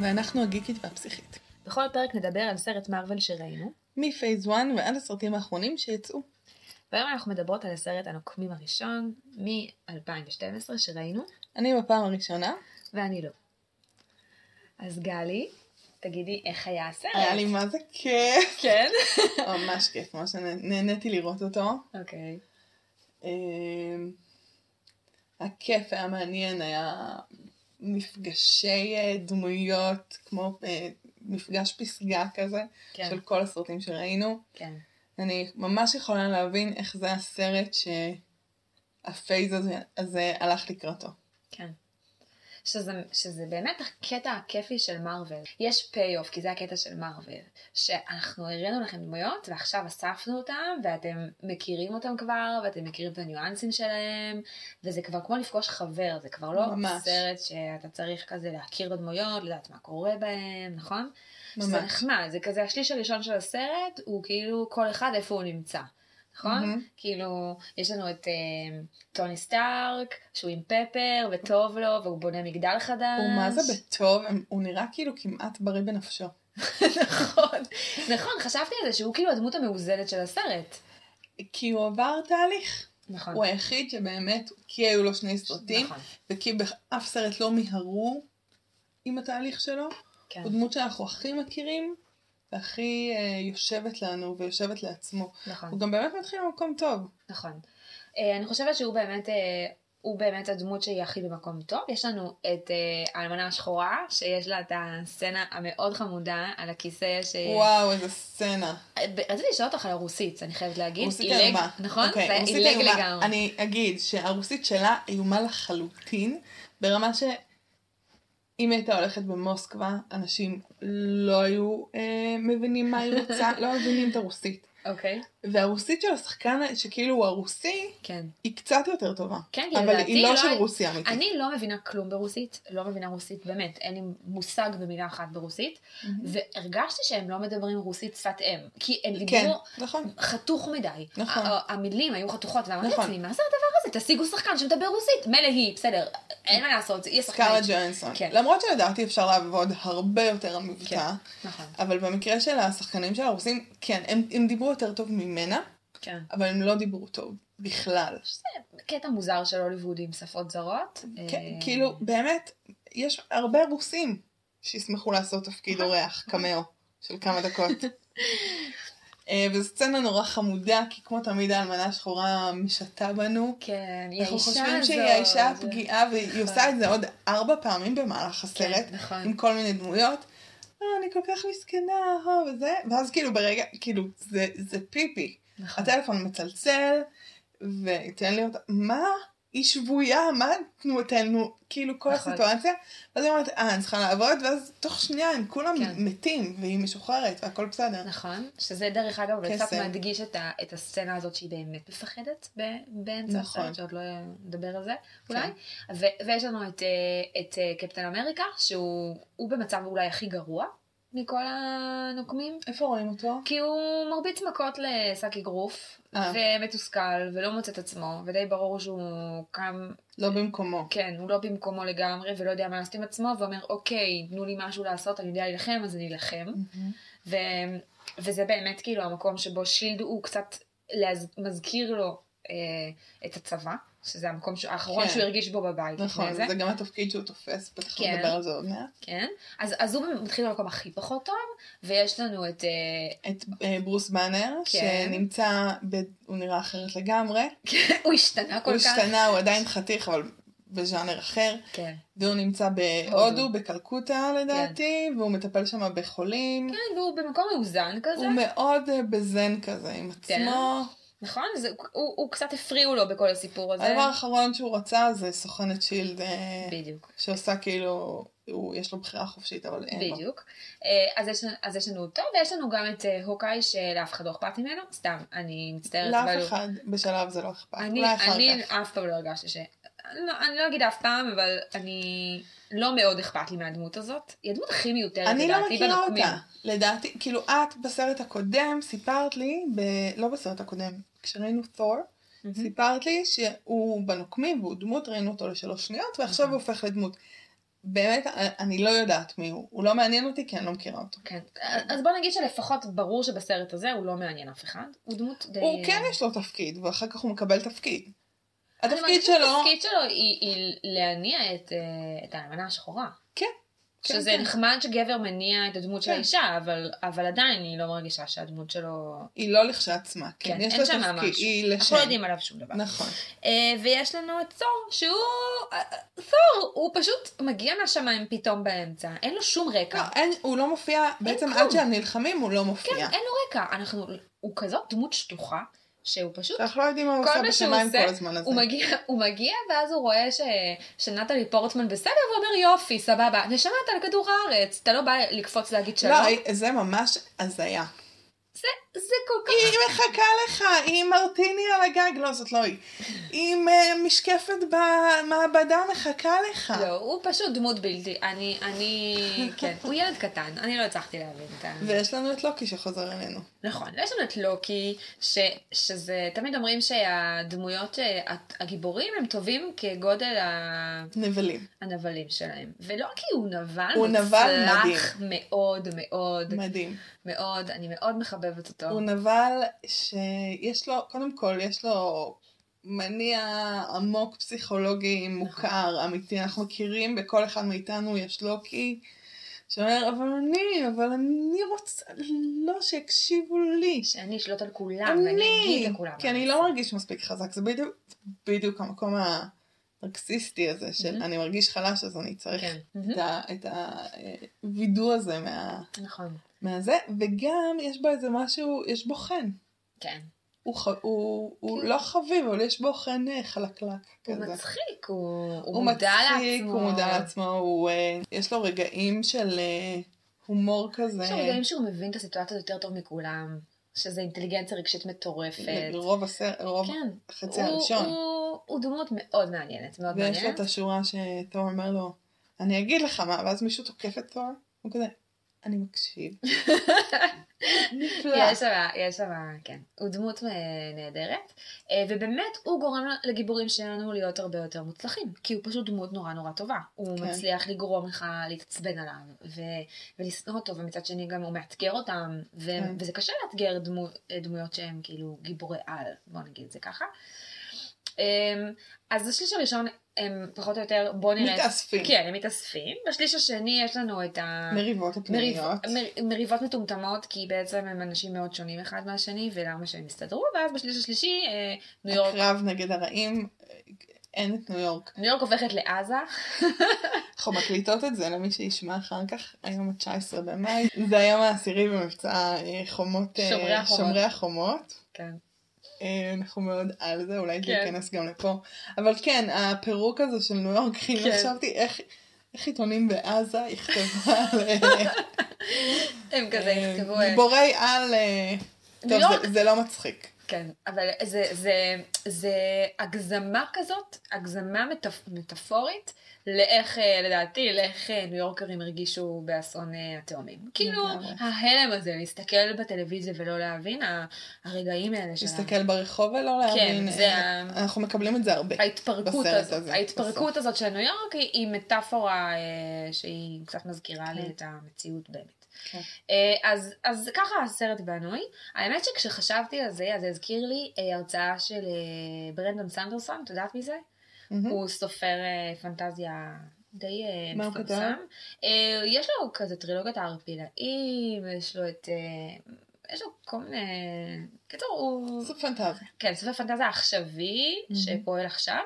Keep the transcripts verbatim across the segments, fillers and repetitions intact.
ואנחנו הגיקית והפסיכית. בכל פרק נדבר על סרט מארוול שראינו. מפייז אחת ועד הסרטים האחרונים שיצאו. והיום אנחנו מדברות על הסרט הנוקמים הראשון, מ-אלפיים ושתים עשרה שראינו. אני בפעם הראשונה. ואני לא. אז גלי, תגידי איך היה הסרט. היה לי מה זה כיף. כן? ממש כיף, ממש נהניתי לראות אותו. אוקיי. הכיף היה מעניין, היה מפגשי דמויות, כמו מפגש פסגה כזה, כן. של כל הסרטים שראינו. כן. אני ממש יכולה להבין איך זה הסרט שהפייז הזה, הזה הלך לקראתו. כן. שזה, שזה באמת הקטע הכיפי של מארוול. יש פי-אוף, כי זה הקטע של מארוול, שאנחנו הראינו לכם דמויות, ועכשיו אספנו אותם, ואתם מכירים אותם כבר, ואתם מכירים את הניואנסים שלהם, וזה כבר כמו לפגוש חבר, זה כבר לא ממש. סרט שאתה צריך כזה להכיר את הדמויות, לדעת מה קורה בהם, נכון? ממש. שזה נחמד, זה כזה השליש הראשון של הסרט, הוא כאילו כל אחד איפה הוא נמצא. נכון? Mm-hmm. כאילו, יש לנו את uh, טוני סטארק, שהוא עם פפר, וטוב לו, והוא בונה מגדל חדש. הוא מה זה בטוב? הוא נראה כאילו כמעט בריא בנפשו. נכון, נכון, חשבתי על זה, שהוא כאילו הדמות המאוזנת של הסרט. כי הוא עבר תהליך. נכון. הוא היחיד שבאמת, כי היו לו שני סרטים, נכון. וכי באף סרט לא מיהרו עם התהליך שלו. כן. הוא דמות שאנחנו הכי מכירים, והכי אה, יושבת לנו ויושבת לעצמו. נכון. הוא גם באמת מתחיל במקום טוב. נכון. אה, אני חושבת שהוא באמת, אה, הוא באמת הדמות שהיא הכי במקום טוב. יש לנו את אה, האלמנה השחורה, שיש לה את הסצנה המאוד חמודה על הכיסא. ש... וואו, איזה סצנה. רציתי לשאול אותך על הרוסית, אני חייבת להגיד. רוסית איומה. נכון? אוקיי, זה רוסית אילג איומה. לגמרי. אני אגיד שהרוסית שלה איומה לחלוטין, ברמה ש... אם הייתה הולכת במוסקבה, אנשים לא היו אה, מבינים מה היא רוצה, לא מבינים את הרוסית. אוקיי. Okay. והרוסית של השחקן, שכאילו הוא הרוסי, כן. היא קצת יותר טובה. כן, אבל היא לא, לא של רוסיה אמיתית. אני לא מבינה כלום ברוסית, לא מבינה רוסית באמת, אין לי מושג במילה אחת ברוסית, mm-hmm. והרגשתי שהם לא מדברים רוסית שפת אם, כי הם דיברו כן, נכון. חתוך מדי. נכון. המילים היו חתוכות, ואמרתי נכון. לעצמי, מה זה הדבר הזה? תשיגו שחקן שמדבר רוסית, מלא היא, בסדר, אין מה לעשות, היא השחקנית. סקארלט ג'והנסון. כן. למרות שלדעתי אפשר לעבוד הרבה יותר על מבטא, כן, נכון. אבל במקרה של השחקנים של הרוסים, כן, הם, הם דיברו יותר טוב ממנה, כן. אבל הם לא דיברו טוב בכלל. זה קטע מוזר של הוליווד עם שפות זרות. כן, כאילו, באמת, יש הרבה רוסים שישמחו לעשות תפקיד אורח, קמאו, של כמה דקות. וזו סצנה נורא חמודה, כי כמו תמיד האלמנה השחורה משתה בנו. כן, היא האישה הזאת. אנחנו חושבים שהיא האישה הפגיעה, והיא עושה את זה עוד ארבע פעמים במהלך הסרט, עם כל מיני דמויות. אני כל כך מסכנה, וזה, ואז כאילו ברגע, כאילו, זה פיפי. הטלפון מצלצל, ותן לי אותה, מה? היא שבויה, מה תנו, כאילו כל הסיטואציה, ואז היא אומרת, אה, אני צריכה לעבוד, ואז תוך שנייה הם כולם מתים, והיא משוחררת, והכל בסדר. נכון, שזה דרך אגב, קצת מדגיש את הסצנה הזאת, שהיא באמת מפחדת באמצע הסרט, שעוד לא נדבר על זה, אולי, ויש לנו את קפטן אמריקה, שהוא במצב אולי הכי גרוע, מכל הנוקמים. איפה רואים אותו? כי הוא מרביץ מכות לסאקי גרוף, ומתוסכל, ולא מוצא את עצמו, ודי ברור שהוא קם... לא במקומו. כן, הוא לא במקומו לגמרי, ולא יודע מה לעשות עם עצמו, ואומר, אוקיי, תנו לי משהו לעשות, אני יודע להילחם, אז אני אלחם. ו... וזה באמת כאילו המקום שבו שילד הוא קצת מזכיר לו אה, את הצבא, שזה המקום האחרון כן. שהוא הרגיש בו בבית. נכון, זה. זה גם התפקיד שהוא תופס, בטח כן. נדבר על זה עוד מעט. כן, אז, אז הוא מתחיל במקום הכי פחות טוב, ויש לנו את... את uh, ברוס באנר, כן. שנמצא, ב... הוא נראה אחרת לגמרי. הוא השתנה כל הוא כך. הוא השתנה, הוא עדיין חתיך, אבל בז'אנר אחר. כן. והוא נמצא בהודו, בקלקוטה לדעתי, כן. והוא מטפל שם בחולים. כן, והוא במקום מאוזן כזה. הוא מאוד בזן כזה, עם עצמו. כן. נכון? זה, הוא, הוא קצת הפריעו לו בכל הסיפור הזה. הדבר האחרון שהוא רצה זה סוכנת שילד. בדיוק. שעושה כאילו, הוא, יש לו בחירה חופשית, אבל אין לו. בדיוק. אז יש, אז יש לנו אותו, ויש לנו גם את הוקאי שלאף אחד לא אכפת ממנו. סתם, אני מצטערת. לאף אבל... אחד בשלב זה לא אכפת. אני, אני אף פעם לא הרגשתי ש... אני לא, אני לא אגיד אף פעם, אבל אני לא מאוד אכפת לי מהדמות הזאת. היא הדמות הכי מיותרת, לדעתי, בנוקמים. אני לא מכירה אותה. לדעתי, כאילו את בסרט הקודם סיפרת לי, ב... לא בסרט הקודם, כשראינו תור, mm-hmm. סיפרת לי שהוא בנוקמים, והוא דמות, ראינו אותו לשלוש שניות, ועכשיו mm-hmm. הוא הופך לדמות. באמת, אני לא יודעת מי הוא. הוא לא מעניין אותי כי אני לא מכירה אותו. כן. אז בוא נגיד שלפחות ברור שבסרט הזה הוא לא מעניין אף אחד. הוא דמות די... הוא כן יש לו תפקיד, ואחר כך הוא מקבל תפקיד. התפקיד שלו... התפקיד שלו היא, היא להניע את, את האמנה השחורה. כן. שזה כן, נחמד שגבר מניע את הדמות כן. של האישה, אבל, אבל עדיין היא לא מרגישה שהדמות שלו... היא לא לכשעצמה, כן, כן, יש אין לה שם תפקיד, משהו. היא לשם. אנחנו לא יודעים עליו שום דבר. נכון. Uh, ויש לנו את תור, שהוא... תור, הוא פשוט מגיע מהשמיים פתאום באמצע, אין לו שום רקע. לא, אין, הוא לא מופיע, בעצם עד שהם נלחמים הוא לא מופיע. כן, אין לו רקע. אנחנו, הוא כזאת דמות שטוחה. שהוא פשוט, אנחנו לא יודעים מה הוא עושה בשמיים כל הזמן הזה. הוא מגיע, הוא מגיע ואז הוא רואה ש, שנטלי פורטמן בסדר, והוא אומר יופי, סבבה, נשמה אתה על כדור הארץ, אתה לא בא לקפוץ להגיד שלום. לא, זה ממש הזיה. זה, זה כל כך... היא מחכה לך, היא מרטיני על הגג, לא זאת לא היא. היא משקפת במעבדה מחכה לך. לא, הוא פשוט דמות בלתי, אני, אני, כן, הוא ילד קטן, אני לא הצלחתי להבין את ה... ויש לנו את לוקי שחוזר אלינו. נכון, יש לנו את לוקי, ש, שזה, תמיד אומרים שהדמויות, הגיבורים הם טובים כגודל הנבלים. הנבלים שלהם. ולוקי הוא נבל הוא נבל מדהים. מאוד מאוד. מדהים. מאוד, אני מאוד מחבבת אותו. הוא נבל שיש לו, קודם כל, יש לו מניע עמוק פסיכולוגי מוכר, אמיתי. אנחנו מכירים, בכל אחד מאיתנו יש לוקי, שאומר, אבל אני, אבל אני רוצה, לא, שיקשיבו לי. שאני אשלוט על כולם, ואני אגיד לכולם. כי אני לא מרגיש מספיק חזק, זה בדיוק, בדיוק המקום הנרקסיסטי הזה, של אני מרגיש חלש, אז אני צריך את הווידוא הזה מה... נכון. מהזה, וגם יש בו איזה משהו, יש בו חן. כן. הוא, הוא, הוא לא חביב, אבל יש בו חן חלקלק הוא כזה. מצחיק, הוא, הוא, הוא מודע מצחיק, לעצמו. הוא מודע לעצמו, הוא, יש לו רגעים של הומור כזה. יש לו רגעים שהוא מבין את הסיטואציה יותר טוב מכולם, שזה אינטליגנציה רגשית מטורפת. רוב הסר, רוב כן. החצי הוא, הראשון. הוא, הוא דמות מאוד מעניינת, מאוד ויש מעניינת. לו את השורה שתור אומר לו, אני אגיד לך מה, ואז מישהו תוקף את תור, הוא כזה, אני מקשיב. נפלא. יש שם, יש שם, כן. הוא דמות נהדרת, ובאמת הוא גורם לגיבורים שלנו להיות הרבה יותר מוצלחים, כי הוא פשוט דמות נורא נורא טובה. הוא כן. מצליח לגרום לך להתעצבן עליו, ו- ולשנוא אותו, ומצד שני גם הוא מאתגר אותם, ו- כן. וזה קשה לאתגר דמו- דמויות שהם כאילו גיבורי על, בוא נגיד את זה ככה. אז השליש הראשון הם פחות או יותר, בוא נראה... מתאספים. כן, הם מתאספים. בשליש השני יש לנו את ה... מריבות הפנימיות. מריב, מ, מריבות מטומטמות, כי בעצם הם אנשים מאוד שונים אחד מהשני, ולמה שהם הסתדרו, ואז בשליש השלישי, ניו יורק... הקרב נגד הרעים, אין את ניו יורק. ניו יורק הופכת לעזה. אנחנו מקליטות את זה למי שישמע אחר כך, היום ה-תשעה עשר במאי. זה היום העשירי במבצע חומות... שומרי החומות. שומרי החומות. כן. אנחנו מאוד על זה, אולי זה ייכנס גם לפה. אבל כן, הפירוק הזה של ניו יורק, אני חשבתי איך עיתונים בעזה יכתבו על... הם כזה יכתבו... גיבורי על... טוב, זה לא מצחיק. כן, אבל זה הגזמה כזאת, הגזמה מטאפורית, לאיך, לדעתי, לאיך ניו יורקרים הרגישו באסון התאומים. כאילו, ההלם הזה, להסתכל בטלוויזיה ולא להבין, הרגעים האלה שלנו. להסתכל ברחוב ולא להבין. כן, זה... אנחנו מקבלים את זה הרבה. ההתפרקות הזאת, ההתפרקות הזאת של ניו יורק היא מטאפורה שהיא קצת מזכירה לי את המציאות באמת. אז, אז ככה הסרט בנוי. האמת שכשחשבתי על זה, אז זה הזכיר לי הרצאה של ברנדון סנדרסון, את יודעת מי זה? הוא סופר פנטזיה די מפורסם. יש לו כזה טרילוגיית הערפילאים, יש לו את... יש לו כל מיני... קיצור, הוא... סופר פנטזיה. כן, סופר פנטזיה עכשווי, שפועל עכשיו.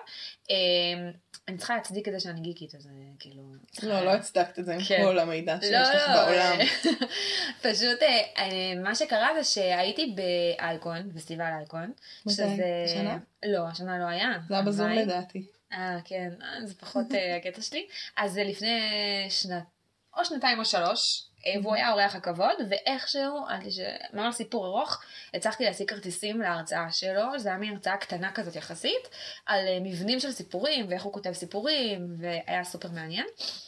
אני צריכה להצדיק את זה שאני גיקית, אז כאילו... לא, לא הצדקת את זה עם כל המידע שיש לך בעולם. פשוט, מה שקרה זה שהייתי באייקון, פסטיבל אייקון. מתי? השנה? לא, השנה לא היה. זה היה בזום לדעתי. אה, כן, זה פחות הקטע שלי. אז לפני שנת... או שנתיים או שלוש, והוא היה אורח הכבוד, ואיכשהו, ממש סיפור ארוך, הצלחתי להשיג כרטיסים להרצאה שלו, זה היה מהרצאה קטנה כזאת יחסית, על מבנים של סיפורים, ואיך הוא כותב סיפורים, והיה סופר מעניין.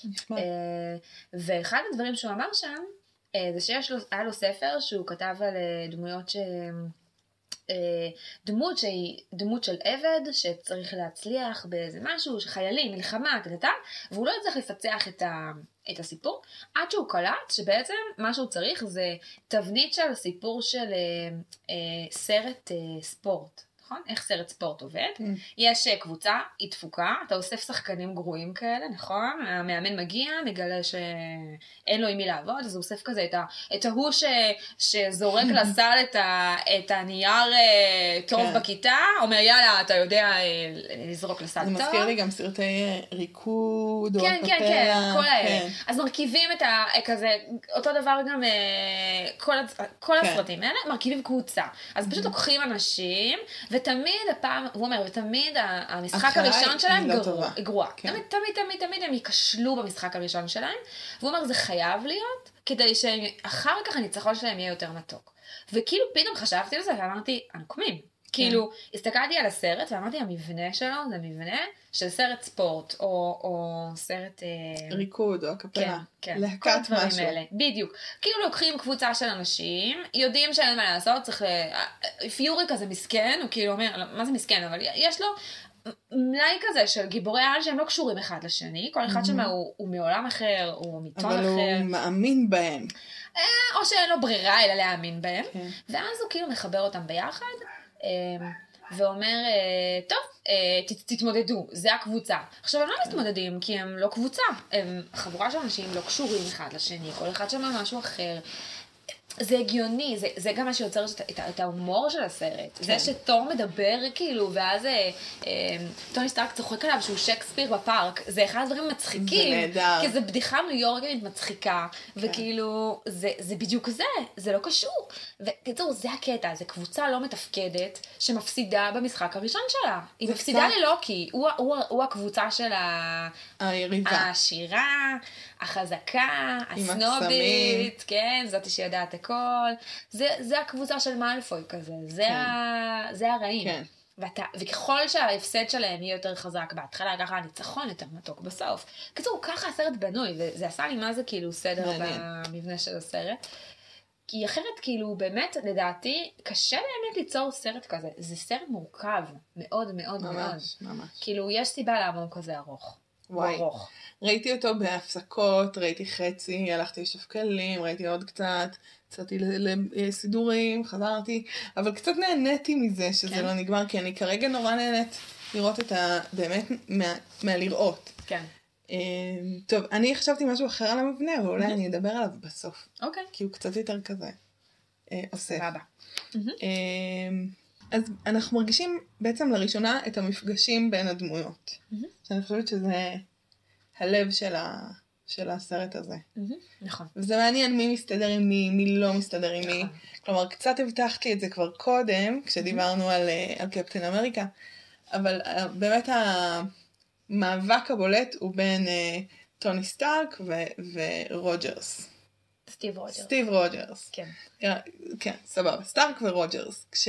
ואחד הדברים שהוא אמר שם, זה שהיה לו ספר שהוא כתב על דמויות דמות שהיא דמות של עבד שצריך להצליח באיזה משהו, שחיילים, מלחמה, תדתה, והוא לא יצטרך לפצח את, ה, את הסיפור, עד שהוא קלט שבעצם מה שהוא צריך זה תבנית של סיפור של אה, אה, סרט אה, ספורט. נכון? איך סרט ספורט עובד. Mm. יש קבוצה, היא דפוקה, אתה אוסף שחקנים גרועים כאלה, נכון? המאמן מגיע, מגלה שאין לו עם מי לעבוד, אז הוא אוסף כזה את, ה, את ההוא ש, שזורק לסל את, ה, את הנייר טוב כן. בכיתה, אומר יאללה, אתה יודע לזרוק לסל טוב. זה מזכיר לי גם סרטי ריקוד, כן, או כן, קפלה. כן, כל האלה. כן. אז מרכיבים את ה... כזה, אותו דבר גם כל, כל כן. הסרטים האלה, מרכיבים קבוצה. אז פשוט לוקחים אנשים, ותמיד הפעם, הוא אומר, ותמיד המשחק הראשון שלהם לא גרוע. גרוע. כן. תמיד, תמיד, תמיד, תמיד הם ייכשלו במשחק הראשון שלהם, והוא אומר, זה חייב להיות, כדי שאחר כך הניצחון שלהם יהיה יותר מתוק. וכאילו פתאום חשבתי על זה, ואמרתי, הנוקמים. כאילו, הסתכלתי על הסרט, ואמרתי, המבנה שלו זה מבנה של סרט ספורט, או, או סרט... ריקוד, או הקפלה. כן, כן. להקת משהו. האלה. בדיוק. כאילו לוקחים קבוצה של אנשים, יודעים שאין מה לעשות, צריך ל... פיורי כזה מסכן, הוא כאילו אומר, מה זה מסכן? אבל יש לו מלאי כזה של גיבורי על שהם לא קשורים אחד לשני, כל אחד שמה הוא, הוא מעולם אחר, הוא מעיתון אחר. אבל הוא מאמין בהם. או שאין לו ברירה אלא להאמין בהם. כן. ואז הוא כאילו מחבר אותם ביחד, ואומר, טוב, תתמודדו, זה הקבוצה. עכשיו, הם לא מתמודדים, כי הם לא קבוצה. הם חבורה של אנשים לא קשורים אחד לשני, כל אחד שם משהו אחר. זה הגיוני, זה, זה גם מה שיוצר את, את, את ההומור של הסרט. כן. זה שתור מדבר כאילו, ואז אה, אה, טוני סטארק צוחק עליו שהוא שייקספיר בפארק, זה אחד הדברים מצחיקים. זה נהדר. כי זה בדיחה ניו יורקית מצחיקה, כן. וכאילו, זה, זה בדיוק זה, זה לא קשור. וקיצור, זה הקטע, זה קבוצה לא מתפקדת, שמפסידה במשחק הראשון שלה. היא מפסידה קצת... ללוקי, הוא, הוא, הוא, הוא הקבוצה של ה... היריבה. העשירה, החזקה, הסנובית, כן, זאת שיודעת הכל. זה, זה הקבוצה של מאלפוי כזה, זה, כן. ה, זה הרעים. כן. ואתה, וככל שההפסד שלהם יהיה יותר חזק בהתחלה, ככה הניצחון יותר מתוק בסוף. כזו, ככה הסרט בנוי, וזה עשה לי מה זה כאילו סדר במבנה של הסרט. כי אחרת כאילו באמת, לדעתי, קשה באמת ליצור סרט כזה. זה סרט מורכב, מאוד מאוד ממש, מאוד. ממש. כאילו, יש סיבה למה הוא כזה ארוך. וואי. ארוך. ראיתי אותו בהפסקות, ראיתי חצי, הלכתי לשטוף כלים, ראיתי עוד קצת, יצאתי לסידורים, חזרתי, אבל קצת נהניתי מזה שזה כן. לא נגמר, כי אני כרגע נורא נהנית לראות את ה... באמת מה, מהלראות. כן. טוב, אני חשבתי משהו אחר על המבנה, אבל אולי אני אדבר עליו בסוף. אוקיי. כי הוא קצת יותר כזה אוסף. סבבה. אז אנחנו מרגישים בעצם לראשונה את המפגשים בין הדמויות. שאני חושבת שזה הלב של, ה... של הסרט הזה. נכון. וזה מעניין מי מסתדר עם מי, מי לא מסתדר עם מי. כלומר, קצת הבטחת לי את זה כבר קודם, כשדיברנו על, על קפטן אמריקה. אבל באמת המאבק הבולט הוא בין טוני סטארק ו... ורוג'רס. סטיב רוג'רס. סטיב רוג'רס. כן. כן, סבבה. סטארק ורוג'רס. כש...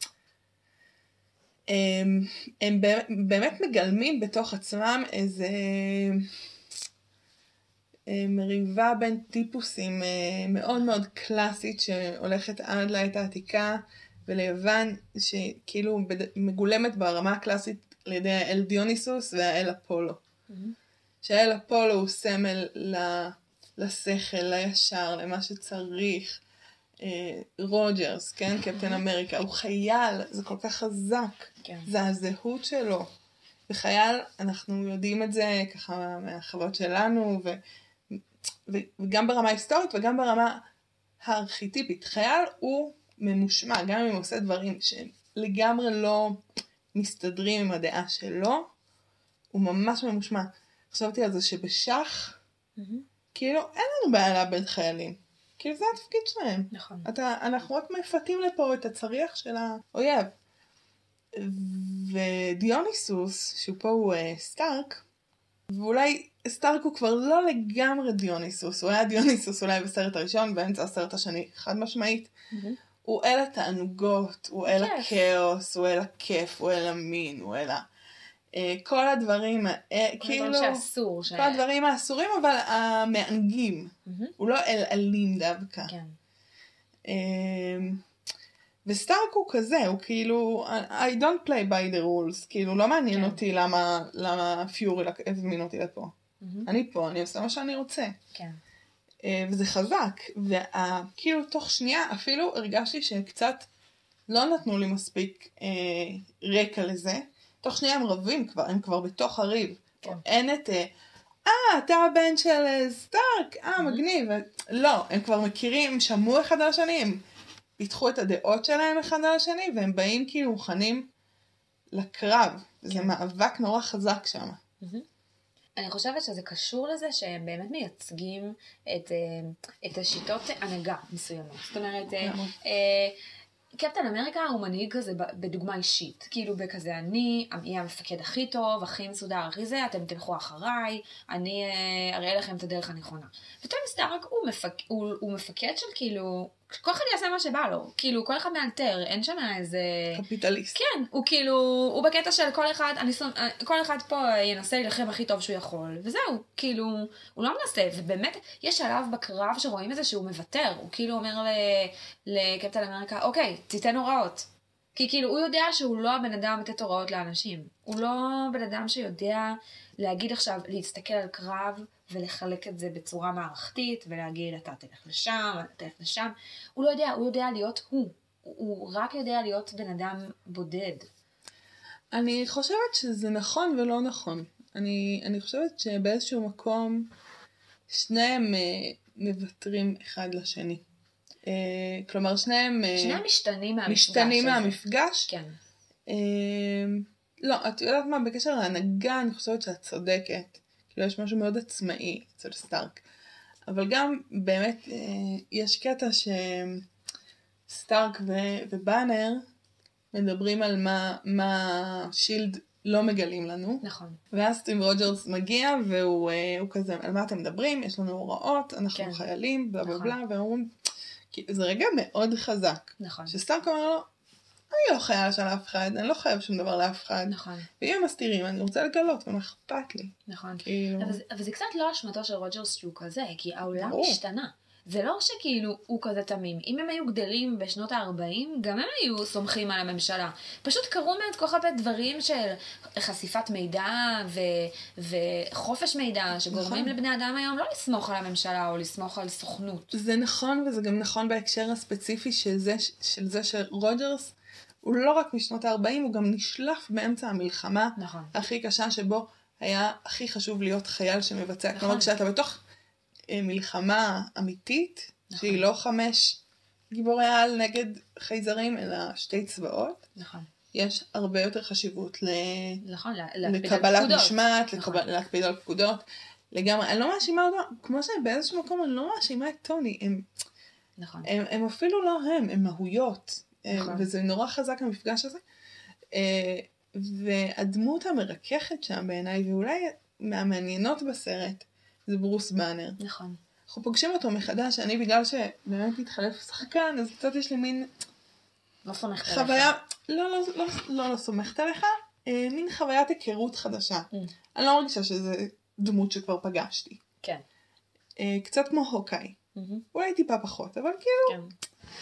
הם, הם באמת מגלמים בתוך עצמם איזה מריבה בין טיפוסים מאוד מאוד קלאסית שהולכת עד לעת העתיקה וליוון, שכאילו מגולמת ברמה הקלאסית על ידי האל דיוניסוס והאל אפולו. Mm-hmm. שהאל אפולו הוא סמל לשכל, לישר, למה שצריך. רוג'רס, כן, קפטן אמריקה, הוא חייל, זה כל כך חזק, כן. זה הזהות שלו. וחייל, אנחנו יודעים את זה ככה מהחוות שלנו, ו, ו, וגם ברמה היסטורית וגם ברמה הארכיטיפית. חייל הוא ממושמע, גם אם הוא עושה דברים שלגמרי לא מסתדרים עם הדעה שלו, הוא ממש ממושמע. חשבתי על זה שבשח, mm-hmm. כאילו אין לנו בעיה לאבד חיילים. כאילו זה התפקיד שלהם. נכון. אתה, אנחנו רק מפתים לפה את הצריח של האויב. ודיוניסוס, שהוא פה הוא uh, סטארק, ואולי סטארק הוא כבר לא לגמרי דיוניסוס, הוא היה דיוניסוס אולי בסרט הראשון, באמצע הסרט השני, חד משמעית. Mm-hmm. הוא אל התענוגות, הוא אל yes. הכאוס, הוא אל הכיף, הוא אל המין, הוא אל ה... כל הדברים, כאילו, שאסור, כל הדברים האסורים, אבל המענגים. הוא לא אל אלים דווקא. וסטארק הוא כזה, הוא כאילו, I don't play by the rules, כאילו לא מעניין כן. אותי למה, למה פיורי הזמין אותי לפה. Mm-hmm. אני פה, אני עושה מה שאני רוצה. כן. וזה חזק, וכאילו תוך שנייה אפילו הרגשתי שקצת לא נתנו לי מספיק אה, רקע לזה. תוך שנייה הם רבים כבר, הם כבר בתוך הריב. כן. אין את, אה, אתה הבן של סטארק, אה, mm-hmm. מגניב. לא, הם כבר מכירים, הם שמעו אחד על השני, הם פיתחו את הדעות שלהם אחד על השני, והם באים כאילו מוכנים לקרב. כן. זה מאבק נורא חזק שם. Mm-hmm. אני חושבת שזה קשור לזה שהם באמת מייצגים את, את השיטות הנהגה מסוימות. זאת אומרת, קפטן אמריקה הוא מנהיג כזה בדוגמה אישית. כאילו בכזה, אני אהיה המפקד הכי טוב, הכי מסודר, הכי זה, אתם תלכו אחריי, אני אראה לכם את הדרך הנכונה. וטוני סטארק הוא, מפק, הוא, הוא מפקד של כאילו, כל אחד יעשה מה שבא לו. כאילו, כל אחד מאלתר, אין שם איזה... קפיטליסט. כן, הוא כאילו, הוא בקטע של כל אחד, אני, כל אחד פה ינסה להילחם הכי טוב שהוא יכול. וזהו, כאילו, הוא לא מנסה. ובאמת, יש עליו בקרב שרואים איזה שהוא מוותר. הוא כאילו אומר לקפטן אמריקה, אוקיי, תיתן הוראות. כי כאילו, הוא יודע שהוא לא הבן אדם לתת הוראות לאנשים. הוא לא בן אדם שיודע להגיד עכשיו, להסתכל על קרב ולחלק את זה בצורה מערכתית, ולהגיד, אתה תלך לשם, אתה תלך לשם. הוא לא יודע, הוא יודע להיות הוא. הוא רק יודע להיות בן אדם בודד. אני חושבת שזה נכון ולא נכון. אני, אני חושבת שבאיזשהו מקום, שניהם מבטרים אחד לשני. כלומר, שניהם... שניהם משתנים מהמפגש. משתנים מהמפגש. כן. לא, את יודעת מה, בקשר להנהגה, אני חושבת שאת צודקת. כאילו, יש משהו מאוד עצמאי אצל סטארק. אבל גם, באמת, יש קטע שסטארק ו- ובאנר מדברים על מה, מה שילד לא מגלים לנו. נכון. ואז טים רוג'רס מגיע, והוא הוא כזה, על מה אתם מדברים? יש לנו הוראות, אנחנו כן. חיילים, בלה בלה בלה, והם אומרים, זה רגע מאוד חזק. נכון. שסטארק אומר לו, אני לא חייל של אף אחד, אני לא חייב שום דבר לאף אחד. נכון. ואם הם מסתירים, אני רוצה לגלות, ומה אכפת לי. נכון. כאילו... אבל, אבל זה קצת לא אשמתו של רוג'רס שהוא כזה, כי העולם השתנה. זה לא שכאילו הוא כזה תמים. אם הם היו גדלים בשנות ה-ארבעים, גם הם היו סומכים על הממשלה. פשוט קרו מעט כל כך הרבה דברים של חשיפת מידע ו... וחופש מידע, שגורמים נכון. לבני אדם היום לא לסמוך על הממשלה או לסמוך על סוכנות. זה נכון, וזה גם נכון בהקשר הספציפי של זה, של זה שרוג'רס הוא לא רק משנות ה-ארבעים, הוא גם נשלף באמצע המלחמה נכון. הכי קשה, שבו היה הכי חשוב להיות חייל שמבצע. נכון. כלומר, כשאתה בתוך מלחמה אמיתית, נכון. שהיא לא חמש גיבורי על נגד חייזרים, אלא שתי צבאות, נכון. יש הרבה יותר חשיבות ל... נכון, לקבלת משמעת, נכון. לקבל... להקפיד על פקודות. לגמרי, אני לא מאשימה אותו, כמו שבאיזשהו מקום אני לא מאשימה את טוני, הם, נכון. הם, הם אפילו לא הם, הם מהויות. נכון. וזה נורא חזק המפגש הזה. והדמות המרככת שם בעיניי, ואולי מהמעניינות בסרט, זה ברוס באנר. נכון. אנחנו פוגשים אותו מחדש, אני בגלל שבאמת התחלף שחקן, אז קצת יש לי מין... לא סומכת חוויה... עליך. לא, לא, לא, לא, לא סומכת עליך, מין חוויית היכרות חדשה. Mm. אני לא מרגישה שזה דמות שכבר פגשתי. כן. קצת כמו הוקאי. Mm-hmm. אולי טיפה פחות, אבל כאילו... כן.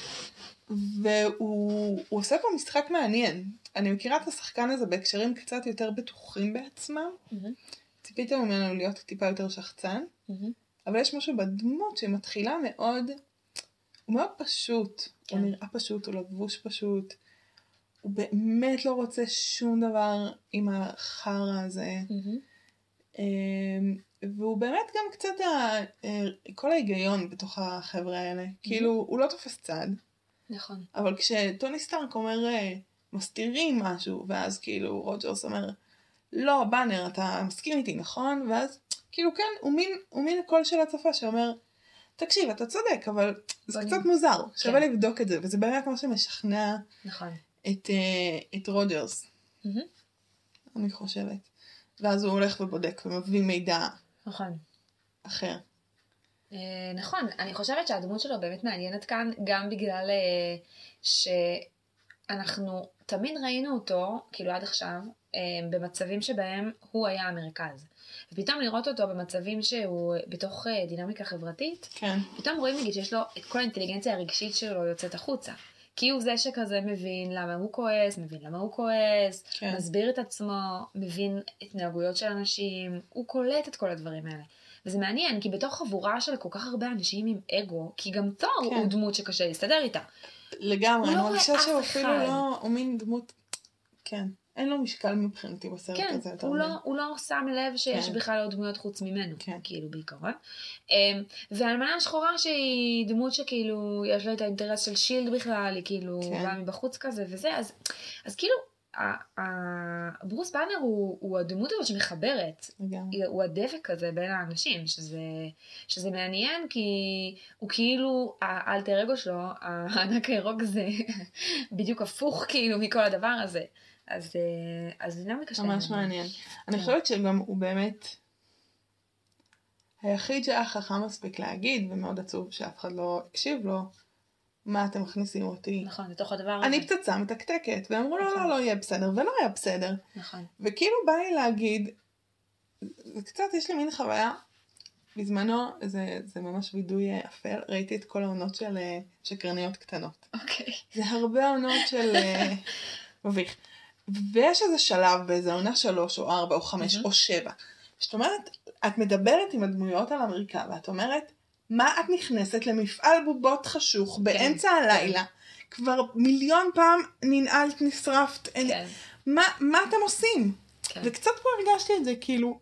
והוא עושה פה משחק מעניין. אני מכירה את השחקן הזה בהקשרים קצת יותר בטוחים בעצמם. Mm-hmm. ציפיתי ממנו להיות טיפה יותר שחצן. Mm-hmm. אבל יש משהו בדמות שמתחילה מאוד, הוא מאוד פשוט. כן. הוא נראה פשוט, הוא לבוש פשוט. הוא באמת לא רוצה שום דבר עם החרה הזה. Mm-hmm. והוא באמת גם קצת ה... כל ההיגיון בתוך החבר'ה האלה. Mm-hmm. כאילו, הוא לא תופס צד. נכון. אבל כשטוני סטארק אומר, מסתירים משהו, ואז כאילו רוג'רס אומר, לא, באנר, אתה מסכים איתי, נכון? ואז כאילו כן, הוא מין, הוא מין הקול של הצפה שאומר, תקשיב, אתה צודק, אבל זה קצת מוזר, כן. שווה לבדוק את זה, וזה באמת מה שמשכנע נכון. את, את רוג'רס. Mm-hmm. אני חושבת. ואז הוא הולך ובודק ומביא מידע נכון. אחר. נכון, אני חושבת שהדמות שלו באמת מעניינת כאן, גם בגלל שאנחנו תמיד ראינו אותו, כאילו עד עכשיו, במצבים שבהם הוא היה המרכז. ופתאום לראות אותו במצבים שהוא בתוך דינמיקה חברתית, כן. פתאום רואים נגיד שיש לו את כל האינטליגנציה הרגשית שלו יוצאת החוצה. כי הוא זה שכזה מבין למה הוא כועס, מבין למה הוא כועס, כן. מסביר את עצמו, מבין התנהגויות של אנשים, הוא קולט את כל הדברים האלה. וזה מעניין, כי בתוך חבורה של כל כך הרבה אנשים עם אגו, כי גם תור כן. הוא דמות שקשה להסתדר איתה. לגמרי, אני מרגישה שהוא אפילו לא, הוא מין דמות, כן, אין לו משקל מבחינתי בסרט כן, הזה. הוא לא, הוא לא שם לב שיש כן. בכלל עוד דמויות חוץ ממנו, כן. כאילו בעיקרון. והאלמנה השחורה שהיא דמות שכאילו, יש לה את האינטרס של שילד בכלל, היא כאילו כן. באה מבחוץ כזה וזה, אז, אז כאילו, ברוס באנר הוא, הוא הדמות הזאת שמחברת, הוא הדבק כזה בין האנשים, שזה, שזה מעניין, כי הוא כאילו, האלטר אגו שלו, הענק הירוק זה בדיוק הפוך כאילו מכל הדבר הזה. אז, אז זה נמי קשה. ממש מעניין. אני חושבת שגם הוא באמת היחיד שהיה חכם מספיק להגיד, ומאוד עצוב שאף אחד לא הקשיב לו, מה אתם מכניסים אותי? נכון, לתוך הדבר הזה. אני פצצה מתקתקת, ואמרו לו, לא, לא יהיה בסדר, ולא היה בסדר. נכון. וכאילו בא לי להגיד, וקצת יש לי מין חוויה, בזמנו, זה, זה ממש וידוי אפל, ראיתי את כל העונות של שקרניות קטנות. אוקיי. זה הרבה עונות של מביך. ויש איזה שלב באיזה עונה שלוש, או ארבע, או חמש, או שבע. זאת אומרת, את מדברת עם הדמויות על אמריקה, ואת אומרת, מה את נכנסת למפעל בובות חשוך באמצע הלילה? כבר מיליון פעם ננעלת, נשרפת. מה, מה אתם עושים? וקצת פה הרגשתי את זה, כאילו,